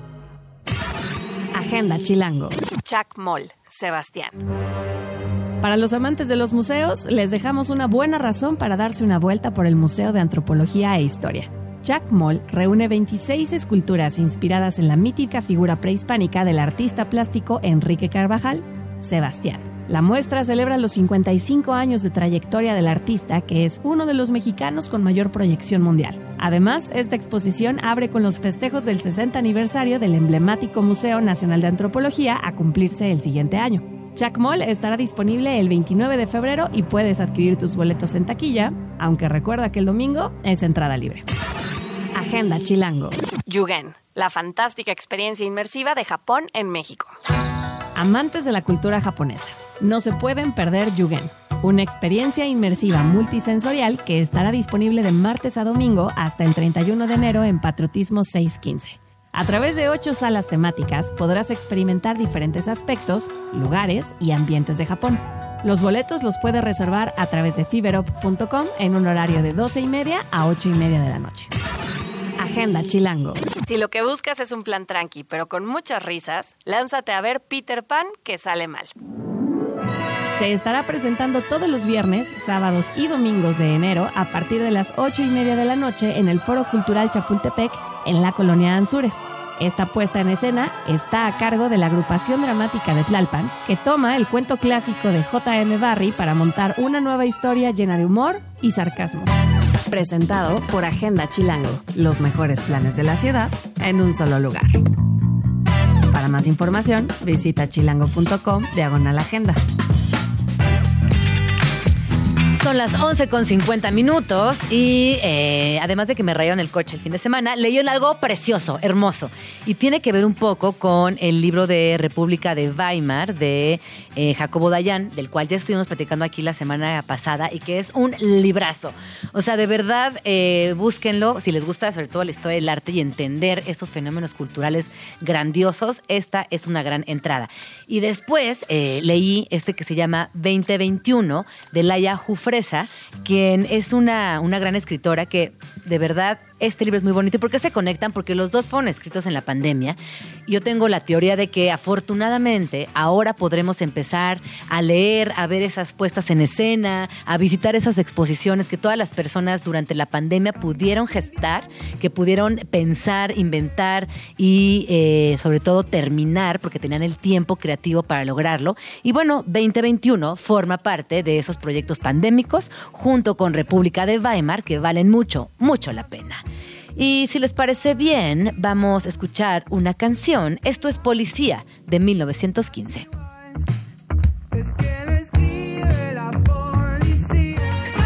Agenda Chilango. Chac Mall, Sebastián. Para los amantes de los museos, les dejamos una buena razón para darse una vuelta por el Museo de Antropología e Historia. Chac Mall reúne 26 esculturas inspiradas en la mítica figura prehispánica del artista plástico Enrique Carvajal, Sebastián. La muestra celebra los 55 años de trayectoria del artista, que es uno de los mexicanos con mayor proyección mundial. Además, esta exposición abre con los festejos del 60 aniversario del emblemático Museo Nacional de Antropología, a cumplirse el siguiente año. Chac Mall estará disponible el 29 de febrero y puedes adquirir tus boletos en taquilla, aunque recuerda que el domingo es entrada libre. Agenda Chilango. Yugen, la fantástica experiencia inmersiva de Japón en México. Amantes de la cultura japonesa, no se pueden perder Yugen, una experiencia inmersiva multisensorial que estará disponible de martes a domingo hasta el 31 de enero en Patriotismo 615. A través de 8 salas temáticas podrás experimentar diferentes aspectos, lugares y ambientes de Japón. Los boletos los puedes reservar a través de fiberop.com en un horario de 12:30 a 8:30 de la noche. Agenda Chilango. Si lo que buscas es un plan tranqui, pero con muchas risas, lánzate a ver Peter Pan, que sale mal. Se estará presentando todos los viernes, sábados y domingos de enero a partir de las 8:30 de la noche en el Foro Cultural Chapultepec, en la Colonia Anzures. Esta puesta en escena está a cargo de la Agrupación Dramática de Tlalpan, que toma el cuento clásico de J.M. Barrie para montar una nueva historia llena de humor y sarcasmo. Presentado por Agenda Chilango, los mejores planes de la ciudad en un solo lugar. Para más información, visita chilango.com/agenda. Son las 11:50 y además de que me rayaron el coche el fin de semana, leyeron algo precioso, hermoso. Y tiene que ver un poco con el libro de República de Weimar de Jacobo Dayan, del cual ya estuvimos platicando aquí la semana pasada y que es un librazo. O sea, de verdad, búsquenlo. Si les gusta sobre todo la historia del arte y entender estos fenómenos culturales grandiosos, esta es una gran entrada. Y después leí este que se llama 2021 de Laia Jufresa, quien es una gran escritora que de verdad este libro es muy bonito. ¿Y por qué se conectan? Porque los dos fueron escritos en la pandemia. Yo tengo la teoría de que afortunadamente ahora podremos empezar a leer, a ver esas puestas en escena, a visitar esas exposiciones que todas las personas durante la pandemia pudieron gestar, que pudieron pensar, inventar y sobre todo terminar porque tenían el tiempo creativo para lograrlo. Y bueno, 2021 forma parte de esos proyectos pandémicos junto con República de Weimar que valen mucho, mucho la pena. Y si les parece bien, vamos a escuchar una canción. Esto es Policía, de 1915. Es que lo escribe la policía.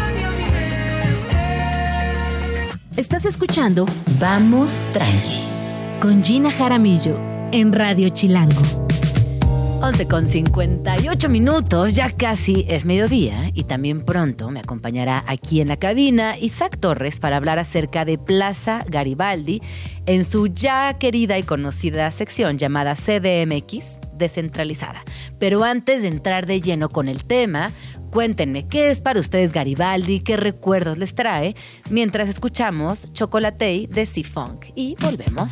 Estás escuchando Vamos Tranqui con Gina Jaramillo en Radio Chilango. 11:58, ya casi es mediodía y también pronto me acompañará aquí en la cabina Isaac Torres para hablar acerca de Plaza Garibaldi en su ya querida y conocida sección llamada CDMX Descentralizada. Pero antes de entrar de lleno con el tema, cuéntenme, ¿qué es para ustedes Garibaldi? ¿Qué recuerdos les trae? Mientras escuchamos Chocolatey de C-Funk y volvemos.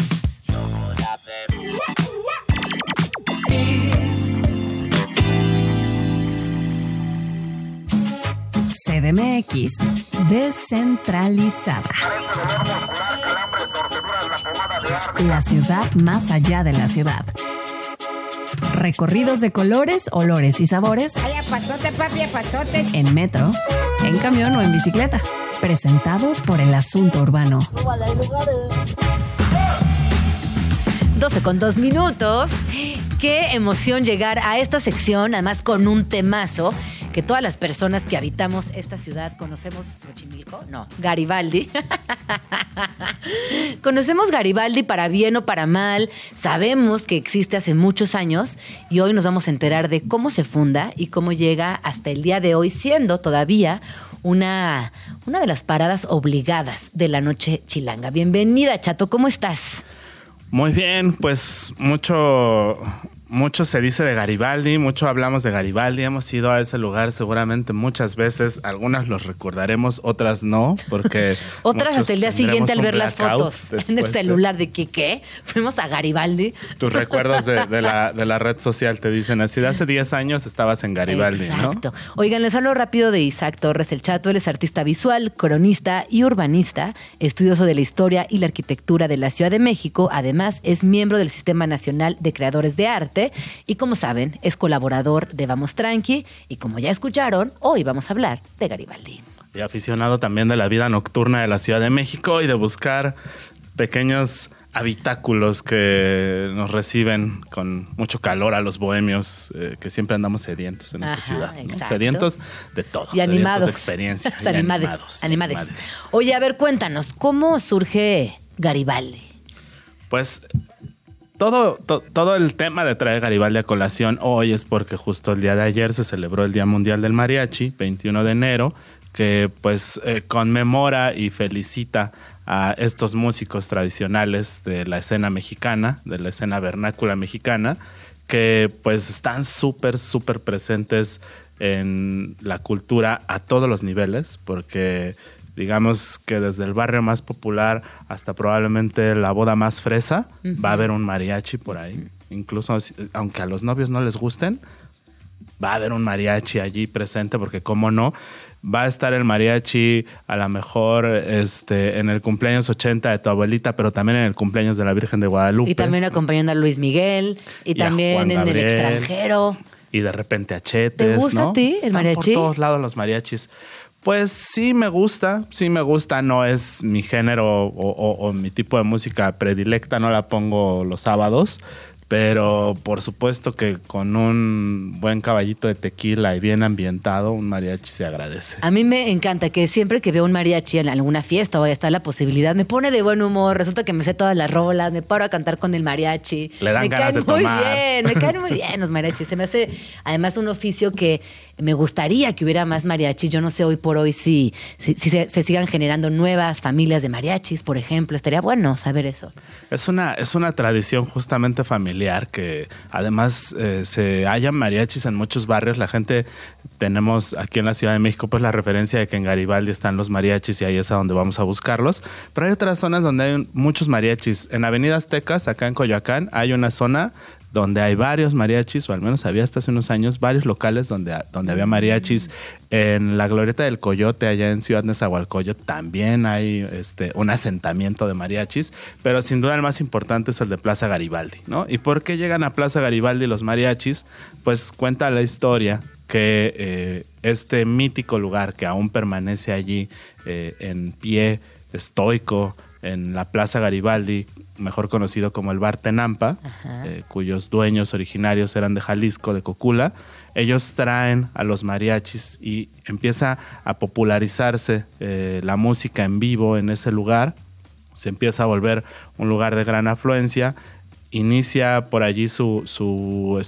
CDMX Descentralizada. La ciudad más allá de la ciudad. Recorridos de colores, olores y sabores. En metro, en camión o en bicicleta. Presentado por El Asunto Urbano. 12:02. Qué emoción llegar a esta sección, además con un temazo que todas las personas que habitamos esta ciudad conocemos. ¿Xochimilco? No, Garibaldi. Conocemos Garibaldi para bien o para mal. Sabemos que existe hace muchos años y hoy nos vamos a enterar de cómo se funda y cómo llega hasta el día de hoy, siendo todavía una de las paradas obligadas de la noche chilanga. Bienvenida, Chato, ¿cómo estás? Muy bien, pues mucho se dice de Garibaldi, mucho hablamos de Garibaldi, hemos ido a ese lugar seguramente muchas veces, algunas los recordaremos, otras no, porque otras hasta el día siguiente al ver las fotos en el celular de que ¿qué? Fuimos a Garibaldi. Tus recuerdos de la red social te dicen así, de hace 10 años estabas en Garibaldi, exacto, ¿no? Oigan, les hablo rápido de Isaac Torres, el Chato. Él es artista visual, cronista y urbanista, estudioso de la historia y la arquitectura de la Ciudad de México. Además, es miembro del Sistema Nacional de Creadores de Arte y, como saben, es colaborador de Vamos Tranqui y, como ya escucharon, hoy vamos a hablar de Garibaldi. Y aficionado también de la vida nocturna de la Ciudad de México y de buscar pequeños habitáculos que nos reciben con mucho calor a los bohemios, que siempre andamos sedientos en esta ciudad, ¿no? Sedientos de todo, y animados. Sedientos de experiencia. Animades. Oye, a ver, cuéntanos, ¿cómo surge Garibaldi? Pues todo el tema de traer Garibaldi a colación hoy es porque justo el día de ayer se celebró el Día Mundial del Mariachi, 21 de enero, que pues conmemora y felicita a estos músicos tradicionales de la escena mexicana, de la escena vernácula mexicana, que pues están súper presentes en la cultura a todos los niveles, porque digamos que desde el barrio más popular hasta probablemente la boda más fresa, va a haber un mariachi por ahí. Incluso aunque a los novios no les gusten, va a haber un mariachi allí presente, porque cómo no, va a estar el mariachi a lo mejor en el cumpleaños 80 de tu abuelita, pero también en el cumpleaños de la Virgen de Guadalupe. Y también acompañando a Luis Miguel, y también en el extranjero. Y de repente a Chetes, ¿te gusta, ¿no? a ti el mariachi? Están por todos lados los mariachis. Pues sí me gusta, no es mi género o mi tipo de música predilecta, no la pongo los sábados, pero por supuesto que con un buen caballito de tequila y bien ambientado, un mariachi se agradece. A mí me encanta que siempre que veo un mariachi en alguna fiesta o vaya a estar la posibilidad, me pone de buen humor, resulta que me sé todas las rolas, me paro a cantar con el mariachi. Le dan ganas de tomar. Me caen muy bien los mariachis. Se me hace además un oficio que me gustaría que hubiera más mariachis. Yo no sé hoy por hoy si se sigan generando nuevas familias de mariachis, por ejemplo. Estaría bueno saber eso. Es una tradición justamente familiar que además se hallan mariachis en muchos barrios. La gente, tenemos aquí en la Ciudad de México pues la referencia de que en Garibaldi están los mariachis y ahí es a donde vamos a buscarlos. Pero hay otras zonas donde hay muchos mariachis. En Avenida Aztecas, acá en Coyoacán, hay una zona donde hay varios mariachis, o al menos había hasta hace unos años varios locales donde había mariachis. En la Glorieta del Coyote, allá en Ciudad Nezahualcóyotl, también hay un asentamiento de mariachis, pero sin duda el más importante es el de Plaza Garibaldi, ¿no? ¿Y por qué llegan a Plaza Garibaldi los mariachis? Pues cuenta la historia que este mítico lugar que aún permanece allí en pie, estoico, en la Plaza Garibaldi, mejor conocido como el Bar Tenampa, cuyos dueños originarios eran de Jalisco, de Cocula. Ellos traen a los mariachis y empieza a popularizarse la música en vivo en ese lugar. Se empieza a volver un lugar de gran afluencia. Inicia por allí su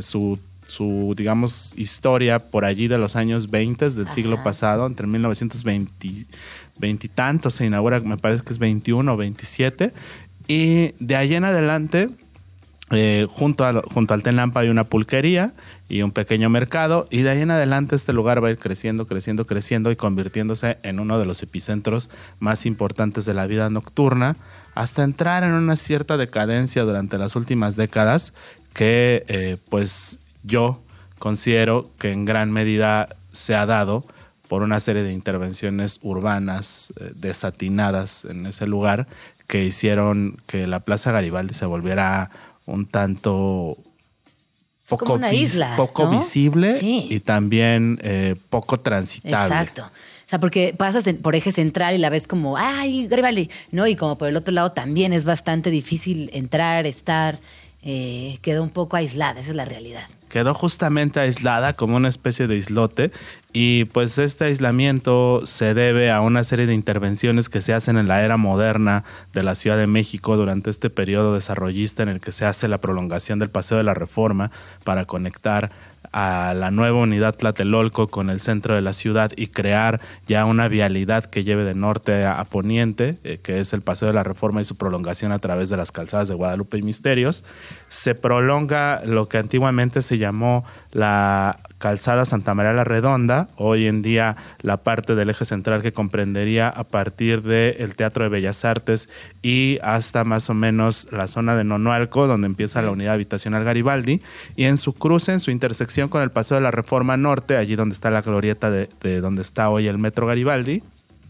digamos, historia por allí de los años 20 del siglo pasado, entre 1920 y tantos, se inaugura, me parece que es 21 o 27, y de ahí en adelante, junto al Tenampa hay una pulquería y un pequeño mercado, y de ahí en adelante este lugar va a ir creciendo y convirtiéndose en uno de los epicentros más importantes de la vida nocturna, hasta entrar en una cierta decadencia durante las últimas décadas que pues yo considero que en gran medida se ha dado por una serie de intervenciones urbanas desatinadas en ese lugar que hicieron que la Plaza Garibaldi se volviera un tanto poco, una isla, poco ¿no? visible, sí, y también poco transitable. Exacto. O sea, porque pasas por eje central y la ves como, ¡ay, Garibaldi! ¿No? Y como por el otro lado también es bastante difícil entrar, estar, quedó un poco aislada, esa es la realidad. Quedó justamente aislada como una especie de islote, y pues este aislamiento se debe a una serie de intervenciones que se hacen en la era moderna de la Ciudad de México durante este periodo desarrollista en el que se hace la prolongación del Paseo de la Reforma para conectar a la nueva unidad Tlatelolco con el centro de la ciudad y crear ya una vialidad que lleve de norte a poniente, que es el Paseo de la Reforma y su prolongación a través de las calzadas de Guadalupe y Misterios. Se prolonga lo que antiguamente se llamó la calzada Santa María la Redonda, hoy en día la parte del eje central que comprendería a partir del Teatro de Bellas Artes y hasta más o menos la zona de Nonualco, donde empieza la unidad habitacional Garibaldi, y en su cruce, en su intersección con el Paseo de la Reforma Norte, allí donde está la glorieta de donde está hoy el Metro Garibaldi,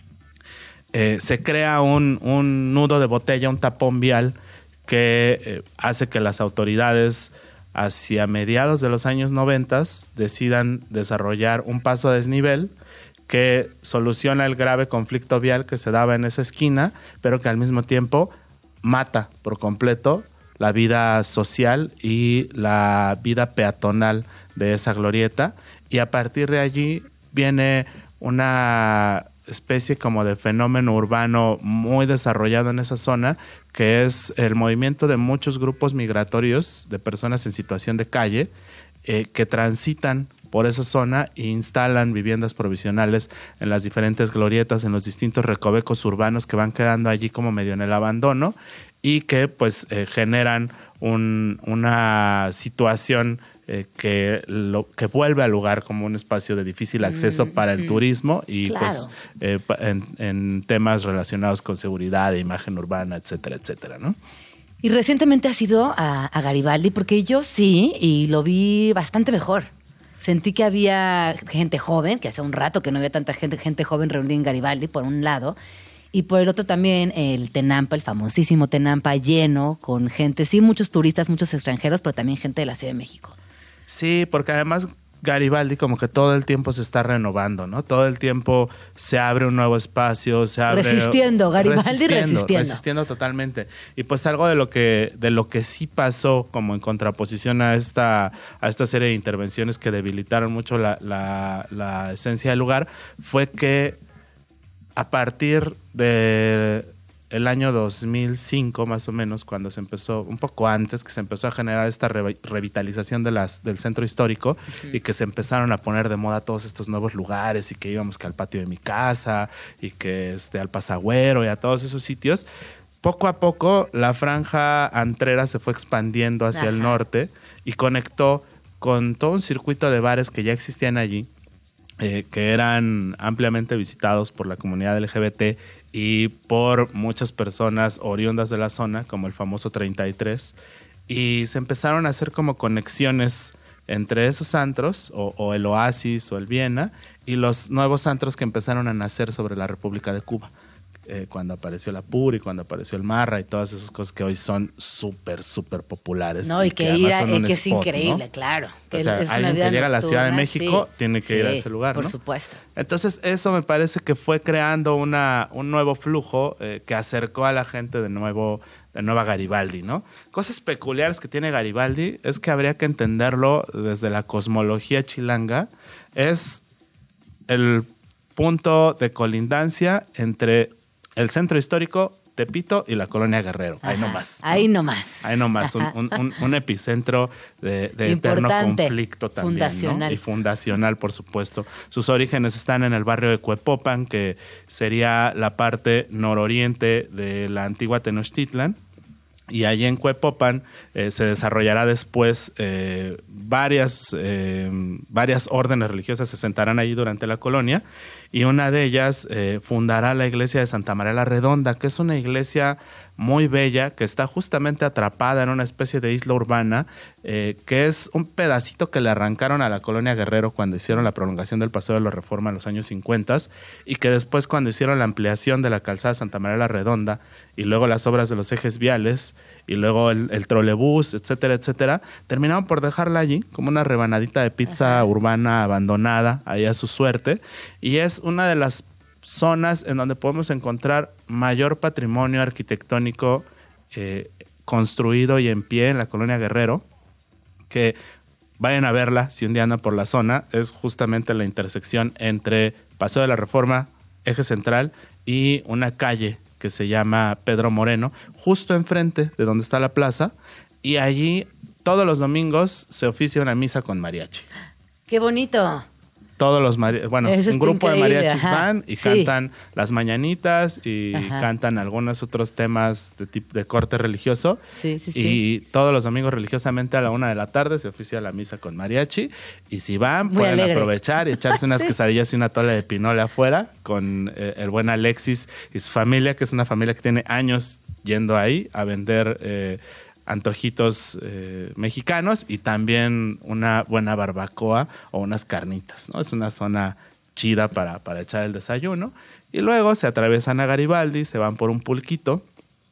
se crea un nudo de botella, un tapón vial que hace que las autoridades hacia mediados de los años 90 decidan desarrollar un paso a desnivel que soluciona el grave conflicto vial que se daba en esa esquina, pero que al mismo tiempo mata por completo la vida social y la vida peatonal de esa glorieta. Y a partir de allí viene una especie como de fenómeno urbano muy desarrollado en esa zona, que es el movimiento de muchos grupos migratorios de personas en situación de calle que transitan por esa zona e instalan viviendas provisionales en las diferentes glorietas, en los distintos recovecos urbanos que van quedando allí como medio en el abandono y que pues generan una situación que vuelve al lugar como un espacio de difícil acceso para el turismo y Claro. pues en temas relacionados con seguridad, imagen urbana, etcétera, etcétera, ¿no? Y recientemente has ido a Garibaldi, porque yo sí, y lo vi bastante mejor. Sentí que había gente joven, que hace un rato que no había tanta gente joven reunida en Garibaldi, por un lado. Y por el otro también el Tenampa, el famosísimo Tenampa lleno, con gente, sí, muchos turistas, muchos extranjeros, pero también gente de la Ciudad de México. Sí, porque además Garibaldi como que todo el tiempo se está renovando, ¿no? Todo el tiempo se abre un nuevo espacio, se abre... Garibaldi resistiendo. Resistiendo totalmente. Y pues algo de lo que sí pasó como en contraposición a esta serie de intervenciones que debilitaron mucho la esencia del lugar fue que a partir de el año 2005 más o menos, cuando se empezó, un poco antes, que se empezó a generar esta revitalización del centro histórico y que se empezaron a poner de moda todos estos nuevos lugares y que íbamos que al patio de mi casa y que al Pasagüero y a todos esos sitios. Poco a poco la franja antrera se fue expandiendo hacia el norte y conectó con todo un circuito de bares que ya existían allí, que eran ampliamente visitados por la comunidad LGBT y por muchas personas oriundas de la zona, como el famoso 33, y se empezaron a hacer como conexiones entre esos antros, o el Oasis o el Viena, y los nuevos antros que empezaron a nacer sobre la República de Cuba. Cuando apareció la Puri, cuando apareció el Marra y todas esas cosas que hoy son súper, súper populares. No, y que ir a, que es increíble, ¿no? Claro. O sea, alguien que llega a la Ciudad de México tiene que ir a ese lugar, por ¿no? supuesto. Entonces, eso me parece que fue creando un nuevo flujo que acercó a la gente de nueva Garibaldi, ¿no? Cosas peculiares que tiene Garibaldi es que habría que entenderlo desde la cosmología chilanga. Es el punto de colindancia entre el centro histórico, Tepito y la colonia Guerrero. Ajá, ahí nomás. Ahí nomás. Un epicentro de eterno conflicto también. Fundacional. ¿no? Y fundacional, por supuesto. Sus orígenes están en el barrio de Cuepopan, que sería la parte nororiente de la antigua Tenochtitlan. Y allí en Cuepopan se desarrollará después varias órdenes religiosas se sentarán allí durante la colonia y una de ellas fundará la iglesia de Santa María la Redonda, que es una iglesia muy bella que está justamente atrapada en una especie de isla urbana que es un pedacito que le arrancaron a la colonia Guerrero cuando hicieron la prolongación del Paseo de la Reforma en los años 50 y que después cuando hicieron la ampliación de la calzada Santa María la Redonda y luego las obras de los ejes viales y luego el trolebús, etcétera, etcétera, terminaron por dejarla allí como una rebanadita de pizza urbana abandonada, ahí a su suerte, y es una de las zonas en donde podemos encontrar mayor patrimonio arquitectónico construido y en pie en la colonia Guerrero, que vayan a verla si un día andan por la zona, es justamente la intersección entre Paseo de la Reforma, Eje Central y una calle que se llama Pedro Moreno, justo enfrente de donde está la plaza, y allí todos los domingos se oficia una misa con mariachi. ¡Qué bonito! Todos los un grupo de mariachis van y sí, cantan las mañanitas y cantan algunos otros temas de corte religioso. Sí. Y todos los domingos religiosamente a la 1 de la tarde se oficia la misa con mariachi. Y si van, muy pueden alegre aprovechar y echarse unas quesadillas y una tola de pinole afuera con el buen Alexis y su familia, que es una familia que tiene años yendo ahí a vender antojitos mexicanos y también una buena barbacoa o unas carnitas, ¿no? Es una zona chida para echar el desayuno. Y luego se atraviesan a Garibaldi, se van por un pulquito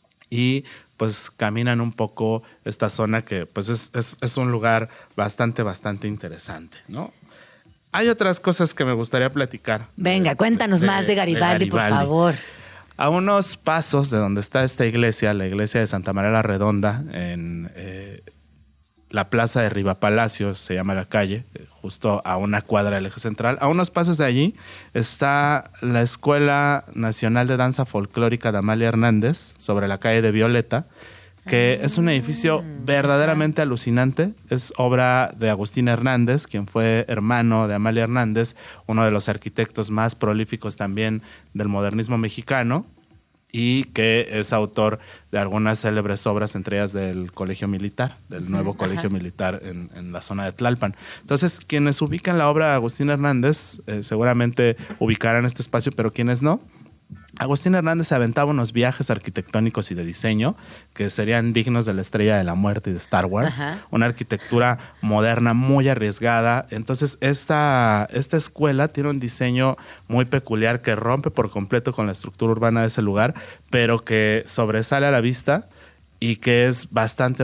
y pues caminan un poco esta zona que pues es un lugar bastante interesante, ¿no? Hay otras cosas que me gustaría platicar. Venga, cuéntanos más de Garibaldi, por favor. A unos pasos de donde está esta iglesia, la iglesia de Santa María la Redonda, la plaza de Rivapalacios, se llama la calle, justo a una cuadra del eje central. A unos pasos de allí está la Escuela Nacional de Danza Folclórica de Amalia Hernández, sobre la calle de Violeta, que es un edificio verdaderamente alucinante. Es obra de Agustín Hernández, quien fue hermano de Amalia Hernández, uno de los arquitectos más prolíficos también del modernismo mexicano, y que es autor de algunas célebres obras, entre ellas del Colegio Militar, del nuevo Colegio Militar en la zona de Tlalpan. Entonces, quienes ubican la obra de Agustín Hernández seguramente ubicarán este espacio, pero quienes no, Agustín Hernández se aventaba unos viajes arquitectónicos y de diseño que serían dignos de la Estrella de la Muerte y de Star Wars. Una arquitectura moderna muy arriesgada. Entonces, esta escuela tiene un diseño muy peculiar que rompe por completo con la estructura urbana de ese lugar, pero que sobresale a la vista y que es bastante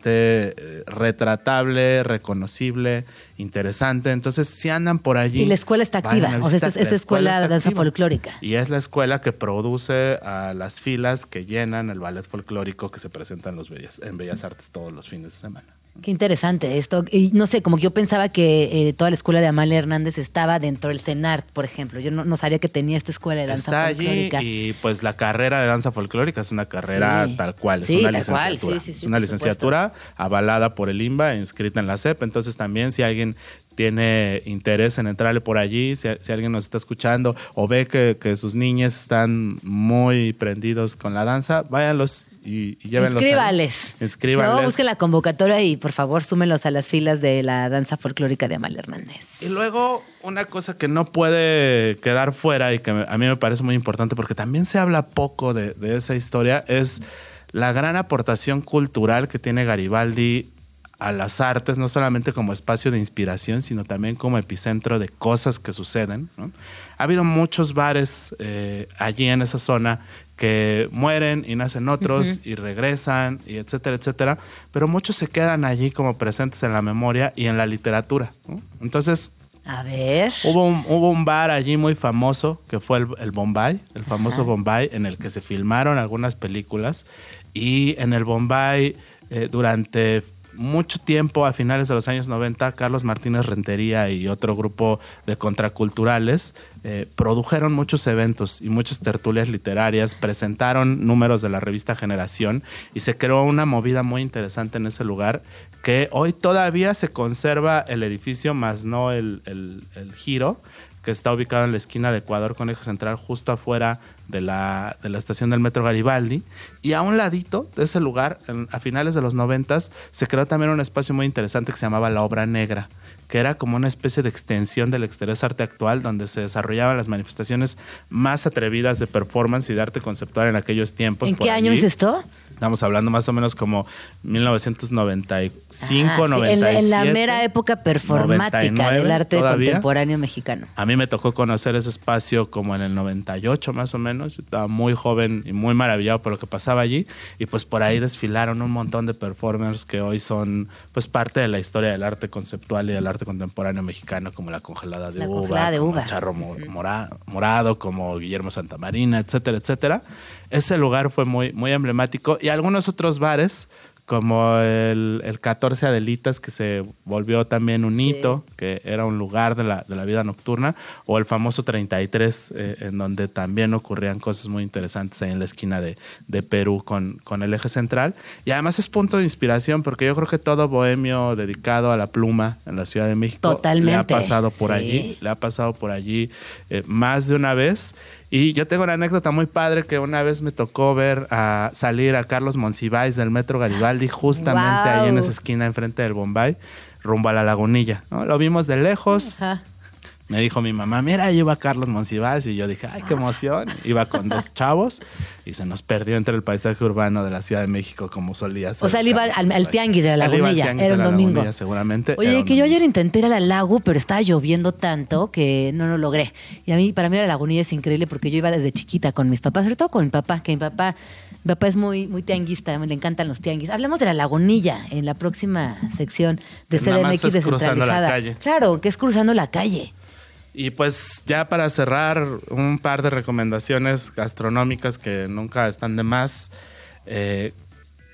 retratable, reconocible, interesante. Entonces, si andan por allí... Y la escuela está activa, o sea, esta escuela de danza folclórica. Y es la escuela que produce a las filas que llenan el ballet folclórico que se presenta en Bellas Artes todos los fines de semana. Qué interesante esto. Y no sé, como que yo pensaba que toda la escuela de Amalia Hernández estaba dentro del CENART, por ejemplo. Yo no sabía que tenía esta escuela de danza folclórica. Está allí y pues la carrera de danza folclórica es una carrera tal cual, es una licenciatura. Es una licenciatura avalada por el INBA, inscrita en la SEP. Entonces también si alguien tiene interés en entrarle por allí, si alguien nos está escuchando o ve que sus niñas están muy prendidos con la danza, váyanlos y llévenlos. Inscríbanles. No, busquen la convocatoria y por favor súmenlos a las filas de la danza folclórica de Amalia Hernández. Y luego una cosa que no puede quedar fuera y que a mí me parece muy importante porque también se habla poco de esa historia es la gran aportación cultural que tiene Garibaldi a las artes, no solamente como espacio de inspiración, sino también como epicentro de cosas que suceden, ¿no? Ha habido muchos bares allí en esa zona que mueren y nacen otros y regresan, y etcétera, etcétera, pero muchos se quedan allí como presentes en la memoria y en la literatura, ¿no? Entonces, a ver, hubo un bar allí muy famoso que fue el Bombay, el famoso Bombay, en el que se filmaron algunas películas, y en el Bombay durante mucho tiempo, a finales de los años 90, Carlos Martínez Rentería y otro grupo de contraculturales produjeron muchos eventos y muchas tertulias literarias, presentaron números de la revista Generación y se creó una movida muy interesante en ese lugar que hoy todavía se conserva el edificio, más no el giro, que está ubicado en la esquina de Ecuador con Eje Central, justo afuera de la estación del Metro Garibaldi. Y a un ladito de ese lugar, a finales de los 90s, se creó también un espacio muy interesante que se llamaba La Obra Negra, que era como una especie de extensión del Exterés Arte Actual, donde se desarrollaban las manifestaciones más atrevidas de performance y de arte conceptual en aquellos tiempos. ¿En qué año es esto? Estamos hablando más o menos como 1995, 97. En la mera época performática del arte contemporáneo mexicano. A mí me tocó conocer ese espacio como en el 98 más o menos. Yo estaba muy joven y muy maravillado por lo que pasaba allí. Y pues por ahí desfilaron un montón de performers que hoy son pues parte de la historia del arte conceptual y del arte contemporáneo mexicano, como La Congelada de Uva, como Charro Morado, como Guillermo Santamarina, etcétera, etcétera. Ese lugar fue muy, muy emblemático, y algunos otros bares como el 14 Adelitas, que se volvió también un hito, que era un lugar de la vida nocturna, o el famoso 33, en donde también ocurrían cosas muy interesantes ahí en la esquina de Perú con el Eje Central. Y además es punto de inspiración, porque yo creo que todo bohemio dedicado a la pluma en la Ciudad de México le ha pasado por allí más de una vez. Y yo tengo una anécdota muy padre, que una vez me tocó ver salir a Carlos Monsiváis del Metro Garibaldi, justamente ahí en esa esquina enfrente del Bombay, rumbo a la Lagunilla, ¿no? Lo vimos de lejos. Me dijo mi mamá, mira, ahí iba Carlos Monsiváis, y yo dije, ay, qué emoción. Iba con dos chavos y se nos perdió entre el paisaje urbano de la Ciudad de México, como solía ser. O sea, él iba al tianguis de la Lagunilla, era el domingo. Lagunilla, seguramente. Oye, que yo ayer intenté ir a la Lagu, pero estaba lloviendo tanto que no lo logré. Y para mí la Lagunilla es increíble, porque yo iba desde chiquita con mis papás, sobre todo con mi papá, que mi papá es muy, muy tianguista, le encantan los tianguis. Hablemos de la Lagunilla en la próxima sección de CDMX descentralizada. Cruzando la calle. Claro, que es cruzando la calle. Y pues ya para cerrar, un par de recomendaciones gastronómicas que nunca están de más.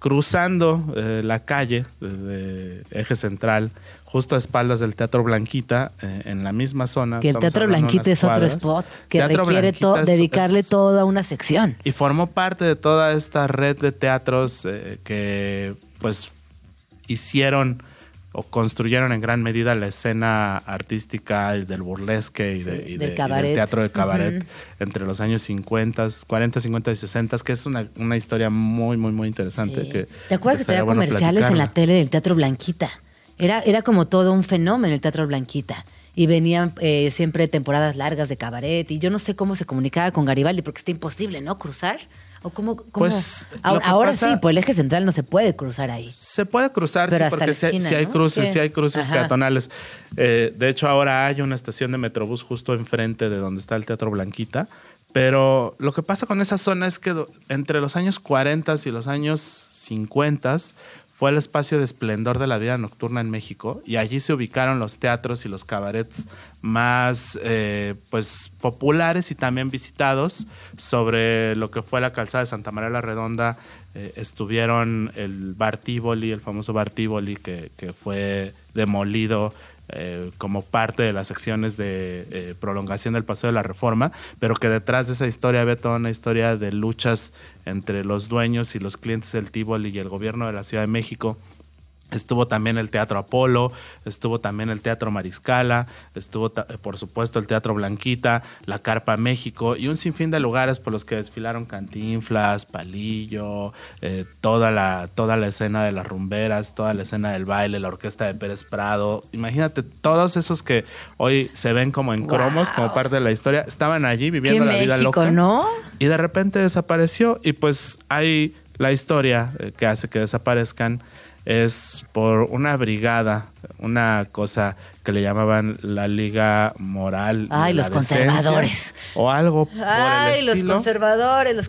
cruzando la calle de Eje Central, justo a espaldas del Teatro Blanquita, en la misma zona. Que el Teatro Blanquita es otro spot que Teatro requiere Blanquita dedicarle toda una sección. Y formó parte de toda esta red de teatros que pues hicieron o construyeron en gran medida la escena artística del burlesque y del teatro de cabaret entre los años 50, 40, 50 y 60, que es una historia muy, muy, muy interesante. Sí. Que ¿Te acuerdas que estaría tenía comerciales en la tele del Teatro Blanquita? Era como todo un fenómeno el Teatro Blanquita. Y venían siempre temporadas largas de cabaret. Y yo no sé cómo se comunicaba con Garibaldi, porque está imposible, ¿no? Cruzar. ¿O cómo? Pues, ahora sí, por el Eje Central no se puede cruzar ahí. Se puede cruzar, pero sí, hasta porque la esquina, sí hay ¿no? cruces, ¿Qué? sí hay cruces Ajá. peatonales. De hecho, ahora hay una estación de Metrobús justo enfrente de donde está el Teatro Blanquita. Pero lo que pasa con esa zona es que entre los años 40 y los años 50 fue el espacio de esplendor de la vida nocturna en México, y allí se ubicaron los teatros y los cabarets más pues populares y también visitados. Sobre lo que fue la calzada de Santa María la Redonda estuvieron el Bar Tívoli, el famoso Bar Tívoli, que fue demolido como parte de las acciones de prolongación del Paseo de la Reforma, pero que detrás de esa historia había toda una historia de luchas entre los dueños y los clientes del Tívoli y el gobierno de la Ciudad de México. Estuvo también el Teatro Apolo, estuvo también el Teatro Mariscala, estuvo por supuesto el Teatro Blanquita, la Carpa México y un sinfín de lugares por los que desfilaron Cantinflas, Palillo, toda la escena de las rumberas, toda la escena del baile, la orquesta de Pérez Prado. Imagínate, todos esos que hoy se ven como en cromos, como parte de la historia, estaban allí viviendo la vida México, loca, ¿no? Y de repente desapareció, y pues hay la historia que hace que desaparezcan. Es por una brigada, una cosa que le llamaban la Liga Moral. Ay, los conservadores. O algo por Ay, el los estilo. conservadores.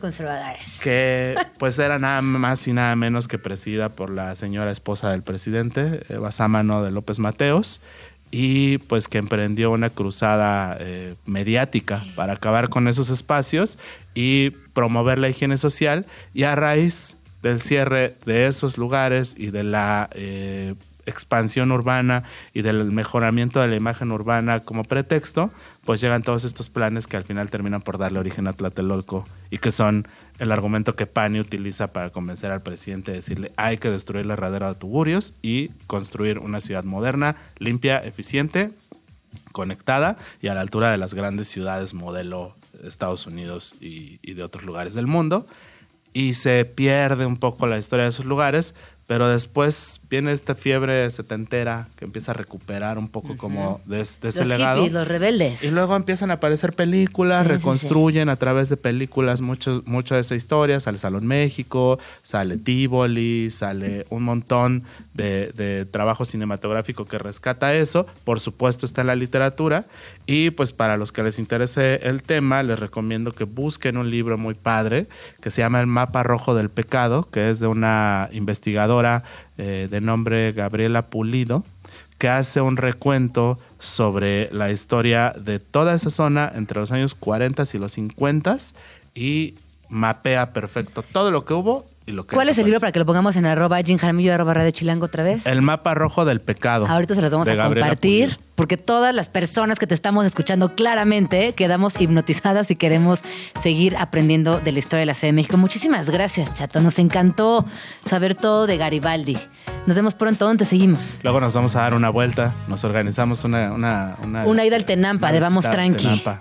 Que pues era nada más y nada menos que presidida por la señora esposa del presidente, Eva Sámano de López Mateos, y pues que emprendió una cruzada mediática para acabar con esos espacios y promover la higiene social, y a raíz del cierre de esos lugares y de la expansión urbana y del mejoramiento de la imagen urbana como pretexto, pues llegan todos estos planes que al final terminan por darle origen a Tlatelolco, y que son el argumento que Pani utiliza para convencer al presidente de decirle: hay que destruir la herradera de Tugurios y construir una ciudad moderna, limpia, eficiente, conectada y a la altura de las grandes ciudades modelo de Estados Unidos y de otros lugares del mundo. Y se pierde un poco la historia de esos lugares, pero después viene esta fiebre setentera que empieza a recuperar un poco como de ese legado. Los hippies, los rebeldes. Y luego empiezan a aparecer películas, Sí, reconstruyen a través de películas mucho de esa historia. Sale Salón México, sale Tívoli, sale un montón de trabajo cinematográfico que rescata eso. Por supuesto está en la literatura. Y pues para los que les interese el tema, les recomiendo que busquen un libro muy padre que se llama El Mapa Rojo del Pecado, que es de una investigadora de nombre Gabriela Pulido, que hace un recuento sobre la historia de toda esa zona entre los años 40 y los 50 y mapea perfecto todo lo que hubo y lo que ¿Cuál es el libro desapareció. para que lo pongamos en @Jinjaramillo, @Radio Chilango otra vez? El Mapa Rojo del Pecado. Ahorita se los vamos de a Gabriela compartir, Pulido. porque todas las personas que te estamos escuchando claramente quedamos hipnotizadas y queremos seguir aprendiendo de la historia de la Ciudad de México. Muchísimas gracias, Chato. Nos encantó saber todo de Garibaldi. Nos vemos pronto. ¿Dónde te seguimos? Luego nos vamos a dar una vuelta. Nos organizamos una ida al Tenampa, de Vamos visita al Tranqui. Tenampa.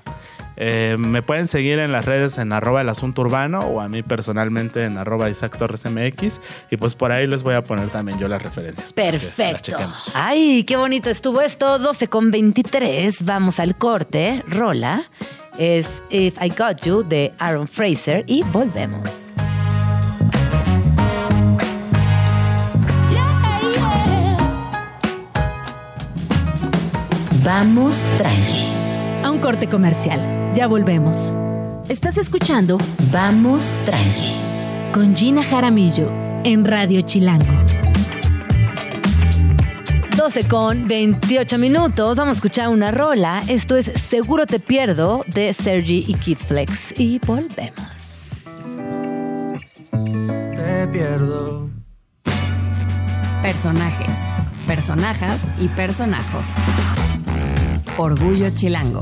Me pueden seguir en las redes en @el asunto urbano, o a mí personalmente en @Isaac Torres MX, y pues por ahí les voy a poner también yo las referencias. para que las Perfecto. chequemos. Ay, qué bonito estuvo esto. 12:23. Vamos al corte. Rola es If I Got You de Aaron Fraser y volvemos. Vamos tranqui. A un corte comercial. Ya volvemos. Estás escuchando Vamos tranqui. con Gina Jaramillo en Radio Chilango. 12:28. Vamos a escuchar una rola. Esto es Seguro Te Pierdo de Sergi y Kid Flex. Y volvemos. Te pierdo Personajes, personajas y personajos. Orgullo Chilango.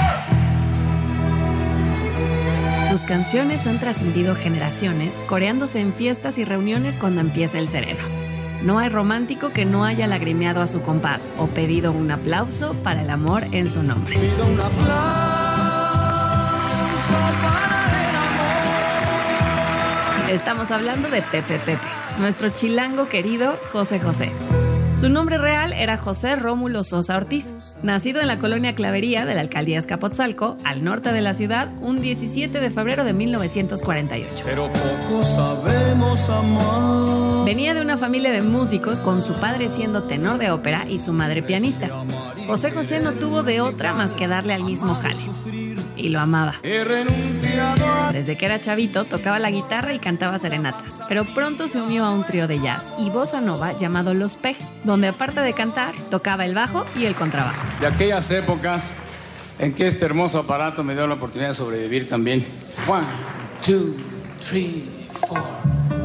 Sus canciones han trascendido generaciones, coreándose en fiestas y reuniones cuando empieza el sereno. No hay romántico que no haya lagrimeado a su compás o pedido un aplauso para el amor en su nombre. Pido un aplauso para el amor. Estamos hablando de Pepe Pepe, nuestro chilango querido José José. Su nombre real era José Rómulo Sosa Ortiz, nacido en la colonia Clavería de la alcaldía Azcapotzalco, al norte de la ciudad, un 17 de febrero de 1948. Pero poco sabemos amar. Venía de una familia de músicos, con su padre siendo tenor de ópera y su madre pianista. José José no tuvo de otra más que darle al mismo jale. Y lo amaba. He renunciado a... Desde que era chavito, tocaba la guitarra y cantaba serenatas, pero pronto se unió a un trío de jazz y bossa nova llamado Los Peg, donde aparte de cantar, tocaba el bajo y el contrabajo. De aquellas épocas en que este hermoso aparato me dio la oportunidad de sobrevivir también. 1, 2, 3, 4.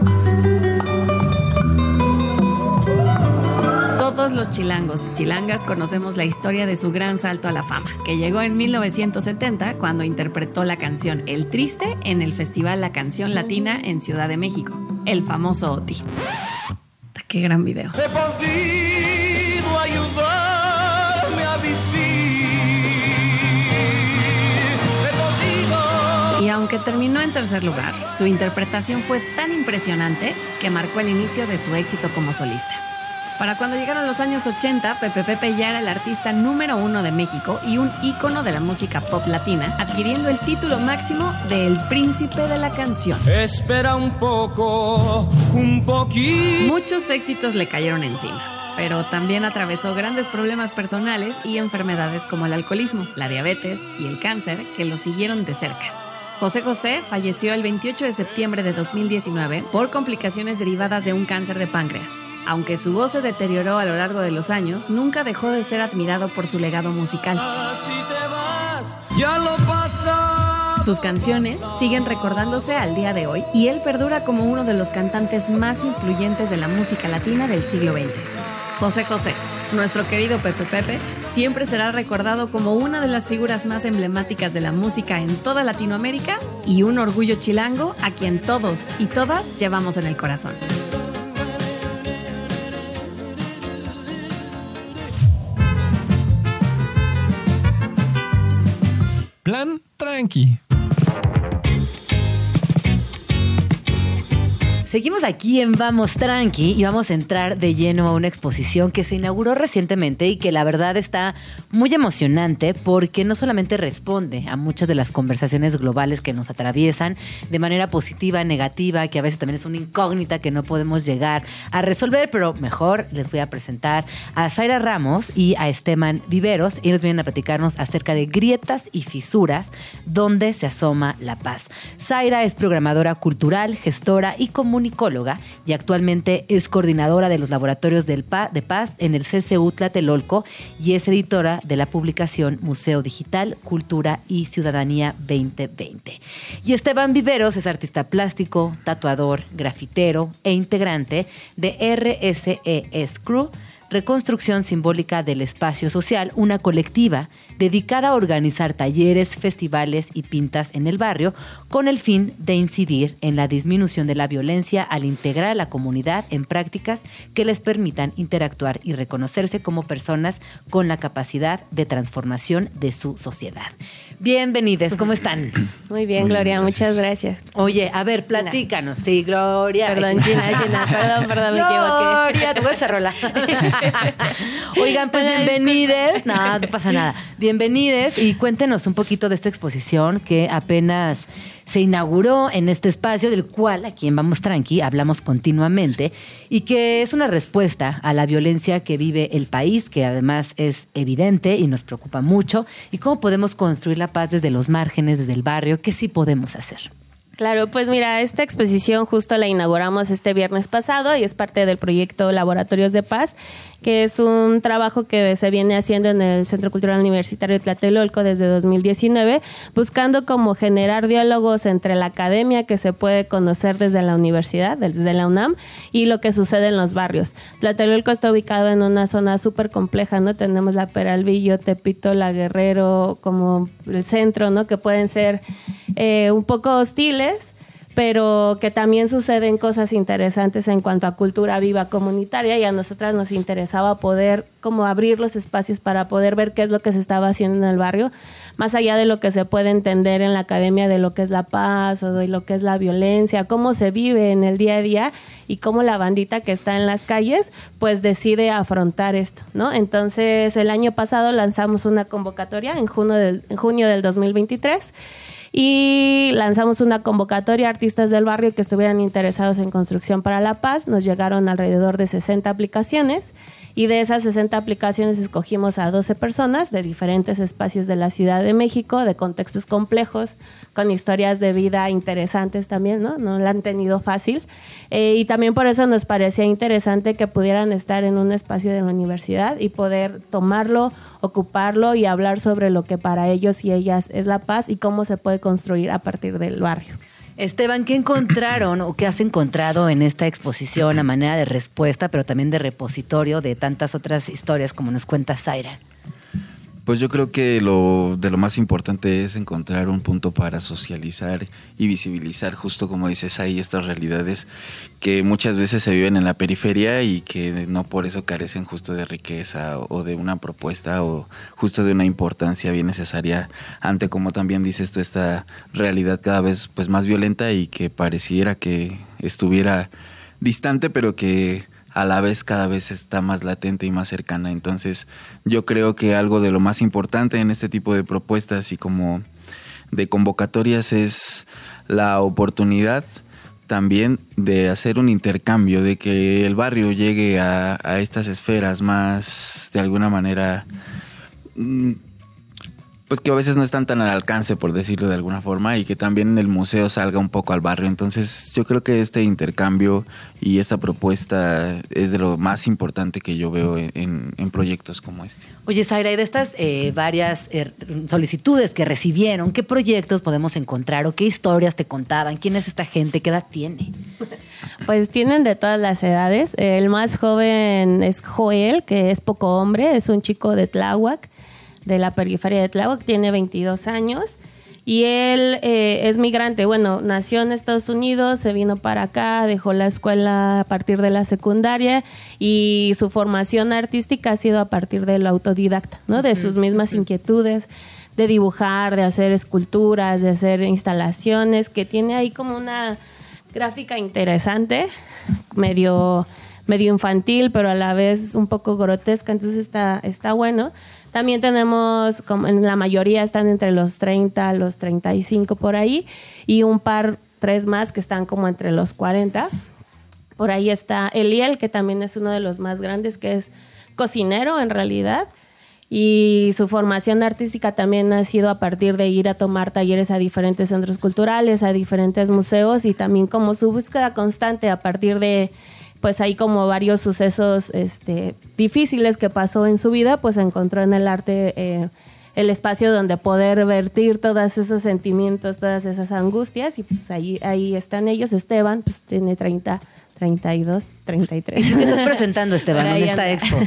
Todos los chilangos y chilangas conocemos la historia de su gran salto a la fama, que llegó en 1970 cuando interpretó la canción El Triste en el Festival La Canción Latina en Ciudad de México, el famoso OTI. ¡Qué gran video! He podido ayudarme a vivir. He podido... Y aunque terminó en tercer lugar, su interpretación fue tan impresionante que marcó el inicio de su éxito como solista. Para cuando llegaron los años 80, Pepe Pepe ya era el artista número 1 de México y un ícono de la música pop latina, adquiriendo el título máximo de El Príncipe de la Canción. Espera un poco, un poquito. Muchos éxitos le cayeron encima, pero también atravesó grandes problemas personales y enfermedades como el alcoholismo, la diabetes y el cáncer que lo siguieron de cerca. José José falleció el 28 de septiembre de 2019 por complicaciones derivadas de un cáncer de páncreas. Aunque su voz se deterioró a lo largo de los años, nunca dejó de ser admirado por su legado musical. Si te vas, ya lo pasa. Sus canciones siguen recordándose al día de hoy y él perdura como uno de los cantantes más influyentes de la música latina del siglo XX. José José, nuestro querido Pepe Pepe, siempre será recordado como una de las figuras más emblemáticas de la música en toda Latinoamérica y un orgullo chilango a quien todos y todas llevamos en el corazón. Plan tranqui. Seguimos aquí en Vamos Tranqui y vamos a entrar de lleno a una exposición que se inauguró recientemente y que la verdad está muy emocionante porque no solamente responde a muchas de las conversaciones globales que nos atraviesan de manera positiva, negativa, que a veces también es una incógnita que no podemos llegar a resolver, pero mejor les voy a presentar a Zaira Ramos y a Esteban Viveros. Ellos vienen a platicarnos acerca de grietas y fisuras donde se asoma la paz. Zaira es programadora cultural, gestora y comunicóloga y actualmente es coordinadora de los laboratorios de paz en el CCU Tlatelolco y es editora de la publicación Museo Digital, Cultura y Ciudadanía 2020. Y Esteban Viveros es artista plástico, tatuador, grafitero e integrante de RSES Crew, Reconstrucción Simbólica del Espacio Social, una colectiva dedicada a organizar talleres, festivales y pintas en el barrio con el fin de incidir en la disminución de la violencia al integrar a la comunidad en prácticas que les permitan interactuar y reconocerse como personas con la capacidad de transformación de su sociedad. Bienvenidos, ¿cómo están? Muy bien, Gloria, muchas gracias. Oye, a ver, platícanos. Sí, Gloria. Perdón, Gina, perdón, me equivoqué. Gloria, te voy a cerrar. Oigan, pues bienvenides. No pasa nada. Bienvenides y cuéntenos un poquito de esta exposición que apenas se inauguró en este espacio del cual aquí en Vamos Tranqui hablamos continuamente y que es una respuesta a la violencia que vive el país, que además es evidente y nos preocupa mucho, y cómo podemos construir la paz desde los márgenes, desde el barrio, qué sí podemos hacer. Claro, pues mira, esta exposición justo la inauguramos este viernes pasado y es parte del proyecto Laboratorios de Paz, que es un trabajo que se viene haciendo en el Centro Cultural Universitario de Tlatelolco desde 2019, buscando como generar diálogos entre la academia que se puede conocer desde la universidad, desde la UNAM, y lo que sucede en los barrios. Tlatelolco está ubicado en una zona súper compleja, ¿no? Tenemos la Peralvillo, Tepito, La Guerrero, como el centro, ¿no? Que pueden ser un poco hostiles, pero que también suceden cosas interesantes en cuanto a cultura viva comunitaria, y a nosotras nos interesaba poder como abrir los espacios para poder ver qué es lo que se estaba haciendo en el barrio, más allá de lo que se puede entender en la academia de lo que es la paz o de lo que es la violencia, cómo se vive en el día a día y cómo la bandita que está en las calles pues decide afrontar esto, ¿no? Entonces el año pasado lanzamos una convocatoria en junio del 2023 y lanzamos una convocatoria a artistas del barrio que estuvieran interesados en construcción para la paz. Nos llegaron alrededor de 60 aplicaciones y de esas 60 aplicaciones escogimos a 12 personas de diferentes espacios de la Ciudad de México, de contextos complejos, con historias de vida interesantes también, ¿no? No la han tenido fácil. Y también por eso nos parecía interesante que pudieran estar en un espacio de la universidad y poder tomarlo, ocuparlo y hablar sobre lo que para ellos y ellas es la paz y cómo se puede construir a partir del barrio. Esteban, ¿qué encontraron o qué has encontrado en esta exposición a manera de respuesta, pero también de repositorio de tantas otras historias como nos cuenta Zaira? Pues yo creo que lo más importante es encontrar un punto para socializar y visibilizar, justo como dices ahí, estas realidades que muchas veces se viven en la periferia y que no por eso carecen justo de riqueza o de una propuesta o justo de una importancia bien necesaria ante, como también dices tú, esta realidad cada vez pues más violenta y que pareciera que estuviera distante, pero que a la vez cada vez está más latente y más cercana. Entonces yo creo que algo de lo más importante en este tipo de propuestas y como de convocatorias es la oportunidad también de hacer un intercambio, de que el barrio llegue a estas esferas más de alguna manera pues que a veces no están tan al alcance, por decirlo de alguna forma, y que también el museo salga un poco al barrio. Entonces yo creo que este intercambio y esta propuesta es de lo más importante que yo veo en proyectos como este. Oye, Zaira, y de estas varias solicitudes que recibieron, ¿qué proyectos podemos encontrar o qué historias te contaban? ¿Quién es esta gente? ¿Qué edad tiene? Pues tienen de todas las edades. El más joven es Joel, que es poco hombre, es un chico de Tláhuac, de la periferia de Tláhuac, tiene 22 años y él es migrante. Bueno, nació en Estados Unidos, se vino para acá, dejó la escuela a partir de la secundaria y su formación artística ha sido a partir de lo autodidacta, ¿no? De sus mismas inquietudes, de dibujar, de hacer esculturas, de hacer instalaciones, que tiene ahí como una gráfica interesante, medio infantil, pero a la vez un poco grotesca, entonces está bueno. También tenemos, como en la mayoría están entre los 30, los 35 por ahí, y tres más que están como entre los 40. Por ahí está Eliel, que también es uno de los más grandes, que es cocinero en realidad, y su formación artística también ha sido a partir de ir a tomar talleres a diferentes centros culturales, a diferentes museos, y también como su búsqueda constante a partir de pues hay como varios sucesos difíciles que pasó en su vida, pues encontró en el arte el espacio donde poder vertir todos esos sentimientos, todas esas angustias, y pues ahí están ellos. Esteban pues tiene 30, 32, 33. ¿Qué estás presentando, Esteban, en esta expo?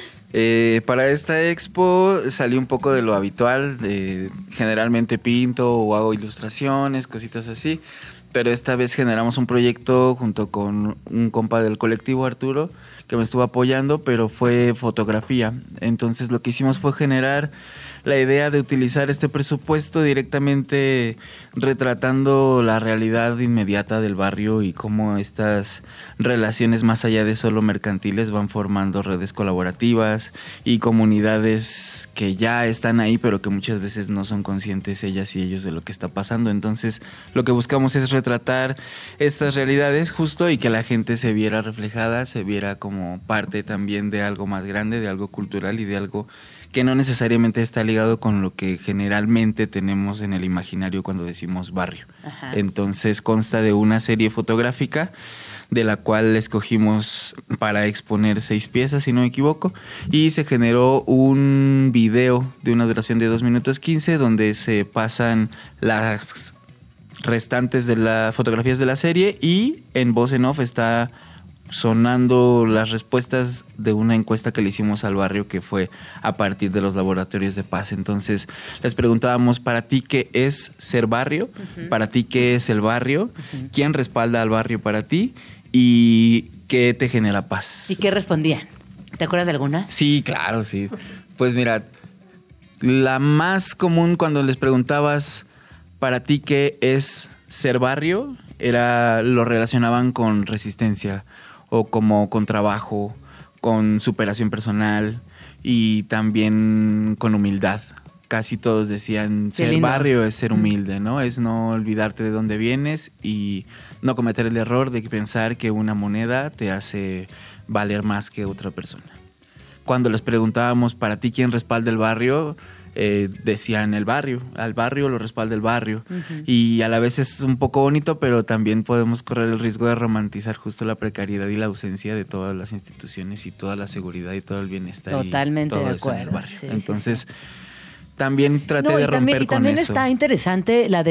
Para esta expo salí un poco de lo habitual, generalmente pinto o hago ilustraciones, cositas así. Pero esta vez generamos un proyecto junto con un compa del colectivo, Arturo, que me estuvo apoyando, pero fue fotografía. Entonces lo que hicimos fue generar la idea de utilizar este presupuesto directamente retratando la realidad inmediata del barrio y cómo estas relaciones más allá de solo mercantiles van formando redes colaborativas y comunidades que ya están ahí pero que muchas veces no son conscientes ellas y ellos de lo que está pasando. Entonces lo que buscamos es retratar estas realidades justo y que la gente se viera reflejada, se viera como parte también de algo más grande, de algo cultural y de algo que no necesariamente está ligado con lo que generalmente tenemos en el imaginario cuando decimos barrio. Ajá. Entonces consta de una serie fotográfica de la cual escogimos para exponer 6 piezas, si no me equivoco, y se generó un video de una duración de 2 minutos 15 donde se pasan las restantes de las fotografías de la serie y en voz en off está sonando las respuestas de una encuesta que le hicimos al barrio, que fue a partir de los laboratorios de paz. Entonces les preguntábamos, ¿para ti qué es ser barrio? Uh-huh. ¿Para ti qué es el barrio? Uh-huh. ¿Quién respalda al barrio para ti? ¿Y qué te genera paz? ¿Y qué respondían? ¿Te acuerdas de alguna? Sí, claro, sí. Pues mira, la más común cuando les preguntabas ¿para ti qué es ser barrio? Lo relacionaban con resistencia o como con trabajo, con superación personal y también con humildad. Casi todos decían, ser barrio es ser humilde, ¿no? Es no olvidarte de dónde vienes y no cometer el error de pensar que una moneda te hace valer más que otra persona. Cuando les preguntábamos, ¿para ti quién respalda el barrio?, decían el barrio, al barrio lo respalda el barrio. Uh-huh. Y a la vez es un poco bonito, pero también podemos correr el riesgo de romantizar justo la precariedad y la ausencia de todas las instituciones y toda la seguridad y todo el bienestar. Totalmente y todo de eso acuerdo. En el barrio. Sí, entonces sí. También traté de romper con eso. Y también está interesante la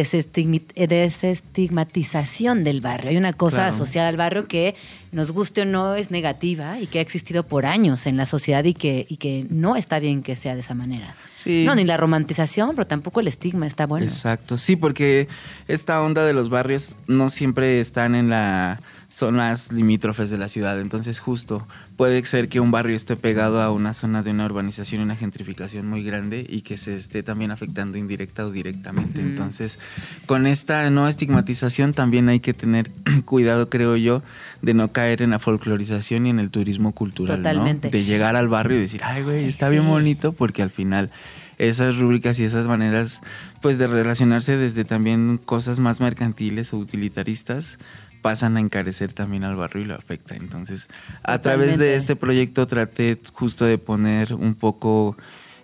desestigmatización del barrio. Hay una cosa asociada al barrio que, nos guste o no, es negativa y que ha existido por años en la sociedad y que no está bien que sea de esa manera. Sí. No, ni la romantización, pero tampoco el estigma está bueno. Exacto, sí, porque esta onda de los barrios no siempre están en las zonas limítrofes de la ciudad. Entonces justo puede ser que un barrio esté pegado a una zona de una urbanización y una gentrificación muy grande y que se esté también afectando indirecta o directamente. Uh-huh. Entonces con esta no estigmatización también hay que tener cuidado, creo yo, de no caer en la folclorización y en el turismo cultural. Totalmente. ¿No? De llegar al barrio y decir, ay güey, está bien bonito, porque al final esas rúbricas y esas maneras pues de relacionarse desde también cosas más mercantiles o utilitaristas pasan a encarecer también al barrio y lo afecta. Entonces, a través de este proyecto traté justo de poner un poco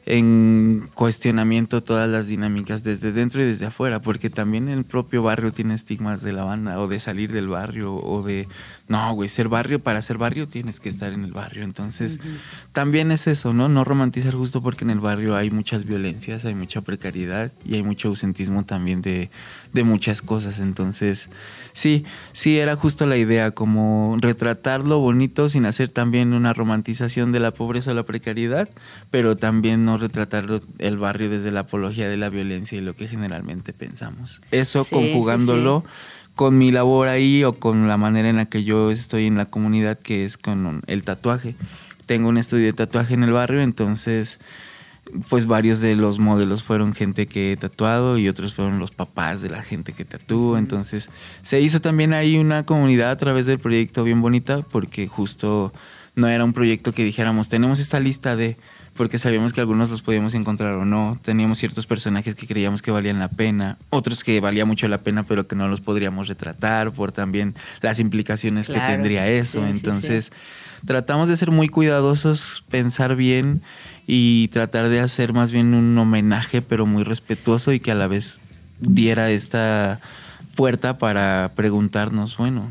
en cuestionamiento todas las dinámicas desde dentro y desde afuera, porque también el propio barrio tiene estigmas de la banda o de salir del barrio o de, no, güey, ser barrio, para ser barrio tienes que estar en el barrio. Entonces, también es eso, ¿no? No romantizar justo porque en el barrio hay muchas violencias, hay mucha precariedad y hay mucho ausentismo también de muchas cosas. Entonces, sí, era justo la idea, como retratar lo bonito sin hacer también una romantización de la pobreza o la precariedad, pero también no retratar el barrio desde la apología de la violencia y lo que generalmente pensamos. Eso conjugándolo con mi labor ahí o con la manera en la que yo estoy en la comunidad, que es con el tatuaje. Tengo un estudio de tatuaje en el barrio, entonces pues varios de los modelos fueron gente que he tatuado y otros fueron los papás de la gente que tatúa. Entonces se hizo también ahí una comunidad a través del proyecto bien bonita, porque justo no era un proyecto que dijéramos tenemos esta lista de, porque sabíamos que algunos los podíamos encontrar o no. Teníamos ciertos personajes que creíamos que valían la pena, otros que valía mucho la pena pero que no los podríamos retratar por también las implicaciones que tendría eso. Entonces tratamos de ser muy cuidadosos, pensar bien y tratar de hacer más bien un homenaje pero muy respetuoso y que a la vez diera esta puerta para preguntarnos, bueno,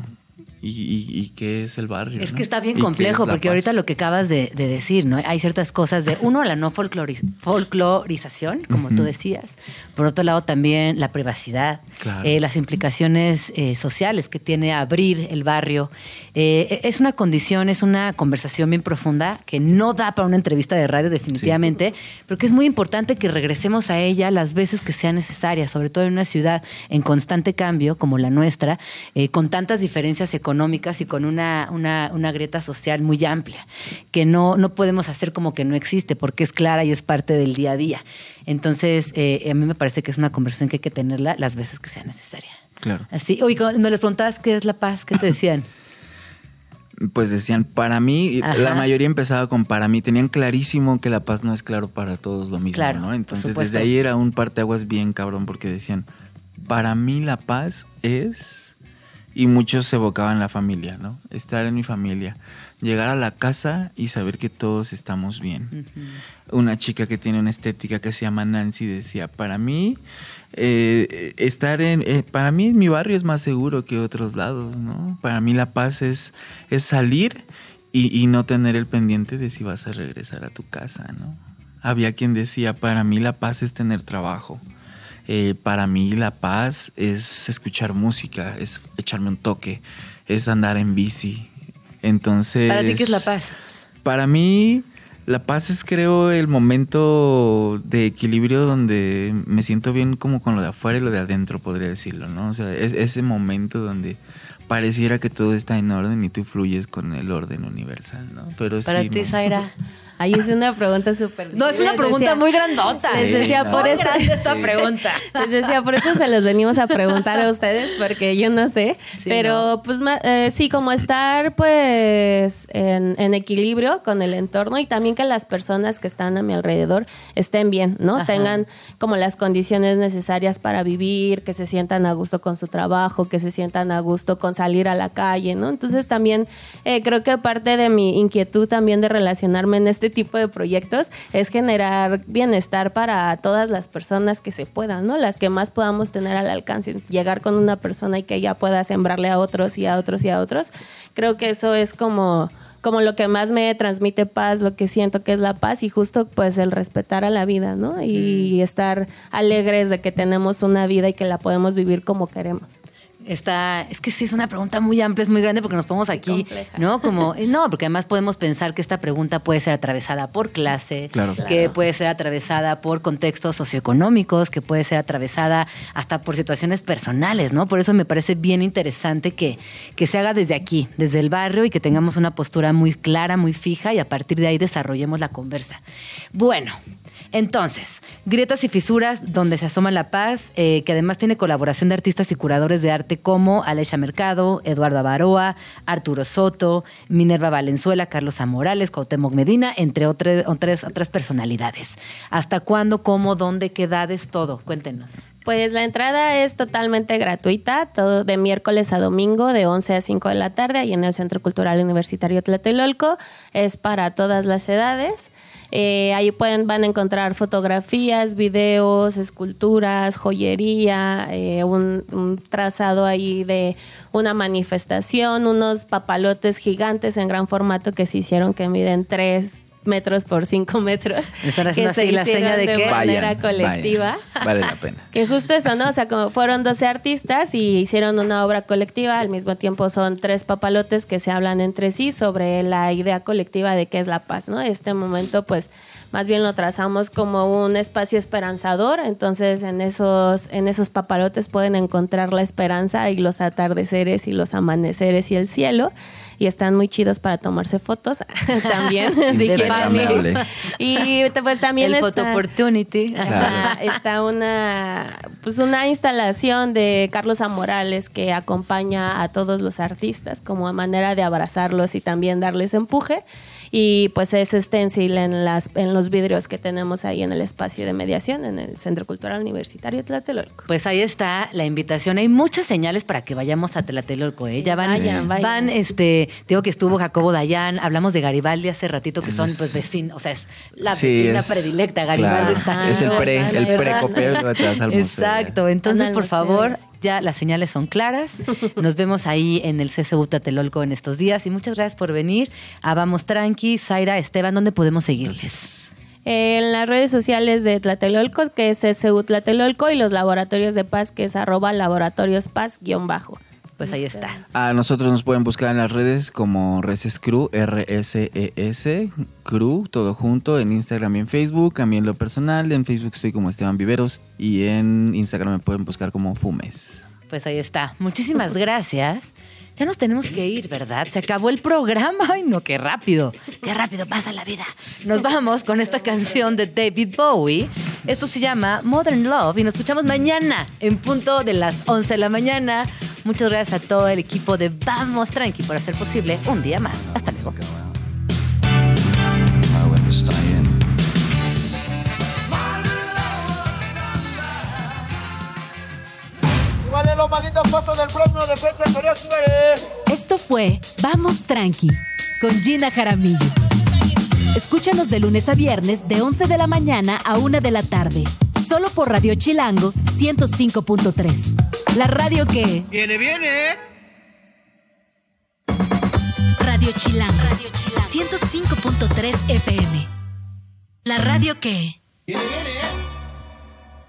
¿y qué es el barrio? Es ¿no? que está bien complejo, porque ahorita lo que acabas de decir, ¿no? Hay ciertas cosas de, uno, la no folclorización, como tú decías. Por otro lado, también la privacidad, las implicaciones sociales que tiene abrir el barrio. Es una condición, es una conversación bien profunda que no da para una entrevista de radio definitivamente, pero que es muy importante que regresemos a ella las veces que sean necesarias, sobre todo en una ciudad en constante cambio como la nuestra, con tantas diferencias económicas y con una grieta social muy amplia, que no podemos hacer como que no existe, porque es clara y es parte del día a día. Entonces, a mí me parece que es una conversación que hay que tenerla las veces que sea necesaria. Claro. Así, oye, cuando les preguntabas qué es la paz, ¿qué te decían? Pues decían, para mí, la mayoría empezaba con para mí, tenían clarísimo que la paz no es claro para todos lo mismo, ¿no? Entonces, desde ahí era un parteaguas bien cabrón, porque decían, para mí la paz es... y muchos se evocaban la familia, ¿no? Estar en mi familia, llegar a la casa y saber que todos estamos bien. Una chica que tiene una estética que se llama Nancy decía, para mí para mí mi barrio es más seguro que otros lados, ¿no? Para mí la paz es salir y no tener el pendiente de si vas a regresar a tu casa, ¿no? Había quien decía, para mí la paz es tener trabajo. Para mí la paz es escuchar música, es echarme un toque, es andar en bici. Entonces, ¿para ti qué es la paz? Para mí la paz es, creo, el momento de equilibrio donde me siento bien como con lo de afuera y lo de adentro, podría decirlo, ¿no? O sea, es ese momento donde pareciera que todo está en orden y tú fluyes con el orden universal, ¿no? Pero para sí, ti, Zaira. Ahí es una pregunta súper... No, es una pregunta muy grandota. Les decía, no. por eso... esta pregunta. Les decía, por eso se los venimos a preguntar a ustedes, porque yo no sé. Sí, pero, no. pues, sí, como estar, pues, en equilibrio con el entorno y también que las personas que están a mi alrededor estén bien, ¿no? Ajá. Tengan como las condiciones necesarias para vivir, que se sientan a gusto con su trabajo, que se sientan a gusto con salir a la calle, ¿no? Entonces, también creo que parte de mi inquietud también de relacionarme en este tipo de proyectos es generar bienestar para todas las personas que se puedan, ¿no? Las que más podamos tener al alcance, llegar con una persona y que ella pueda sembrarle a otros y a otros y a otros. Creo que eso es como lo que más me transmite paz, lo que siento que es la paz y justo pues el respetar a la vida, ¿no? Y estar alegres de que tenemos una vida y que la podemos vivir como queremos. Es que sí es una pregunta muy amplia, es muy grande porque nos ponemos aquí, compleja. ¿no? No, porque además podemos pensar que esta pregunta puede ser atravesada por clase, Claro. que puede ser atravesada por contextos socioeconómicos, que puede ser atravesada hasta por situaciones personales, ¿no? Por eso me parece bien interesante que se haga desde aquí, desde el barrio y que tengamos una postura muy clara, muy fija y a partir de ahí desarrollemos la conversa. Bueno, entonces, Grietas y Fisuras, donde se asoma la paz, que además tiene colaboración de artistas y curadores de arte como Alexia Mercado, Eduardo Avaroa, Arturo Soto, Minerva Valenzuela, Carlos A. Morales, Cuauhtémoc Medina, entre otras personalidades. ¿Hasta cuándo, cómo, dónde, qué edades, todo? Cuéntenos. Pues la entrada es totalmente gratuita, todo de miércoles a domingo, de 11 a 5 de la tarde, ahí en el Centro Cultural Universitario Tlatelolco. Es para todas las edades. Ahí van a encontrar fotografías, videos, esculturas, joyería, un trazado ahí de una manifestación, unos papalotes gigantes en gran formato que se hicieron, que miden 3 metros por 5 metros. ¿Están haciendo que así se la seña hicieron de qué? manera colectiva. Vale la pena. Que justo eso, ¿no? O sea, como fueron 12 artistas y hicieron una obra colectiva, al mismo tiempo son 3 papalotes que se hablan entre sí sobre la idea colectiva de qué es la paz, ¿no? Este momento, pues, más bien lo trazamos como un espacio esperanzador, entonces en esos papalotes pueden encontrar la esperanza y los atardeceres y los amaneceres y el cielo, y están muy chidos para tomarse fotos también. Así que, y pues también el photo opportunity. Está una instalación de Carlos A. Morales que acompaña a todos los artistas como a manera de abrazarlos y también darles empuje. Y pues es stencil en los vidrios que tenemos ahí en el espacio de mediación en el Centro Cultural Universitario Tlatelolco. Pues ahí está la invitación. Hay muchas señales para que vayamos a Tlatelolco, ¿eh? Sí, ya van, digo que estuvo Jacobo Dayan, hablamos de Garibaldi hace ratito, que son pues vecinos, o sea, es la vecina predilecta. Garibaldi está. Es el precopeo y lo atrás al museo. Exacto, entonces por favor, ya las señales son claras. Nos vemos ahí en el CCU Tlatelolco en estos días y muchas gracias por venir a Vamos Tranqui. Zaira, Esteban, ¿dónde podemos seguirles? En las redes sociales de Tlatelolco, que es CCU Tlatelolco, y los laboratorios de paz, que es @laboratoriospaz_. Pues ahí está. A nosotros nos pueden buscar en las redes como Reses Crew, RSES Crew, todo junto, en Instagram y en Facebook. A mí en lo personal, en Facebook estoy como Esteban Viveros y en Instagram me pueden buscar como Fumes. Pues ahí está. Muchísimas gracias. Ya nos tenemos que ir, ¿verdad? Se acabó el programa. Ay, no, qué rápido pasa la vida. Nos vamos con esta canción de David Bowie. Esto se llama Modern Love y nos escuchamos mañana en punto de las 11 de la mañana. Muchas gracias a todo el equipo de Vamos Tranqui por hacer posible un día más. Hasta luego. Igual los malditos puestos del premio Defensa Inferior sube. Esto fue Vamos Tranqui con Gina Jaramillo. Escúchanos de lunes a viernes de 11 de la mañana a 1 de la tarde. Solo por Radio Chilango 105.3. La radio que... ¡Viene! Radio Chilango 105.3 FM. La radio que... ¡Viene!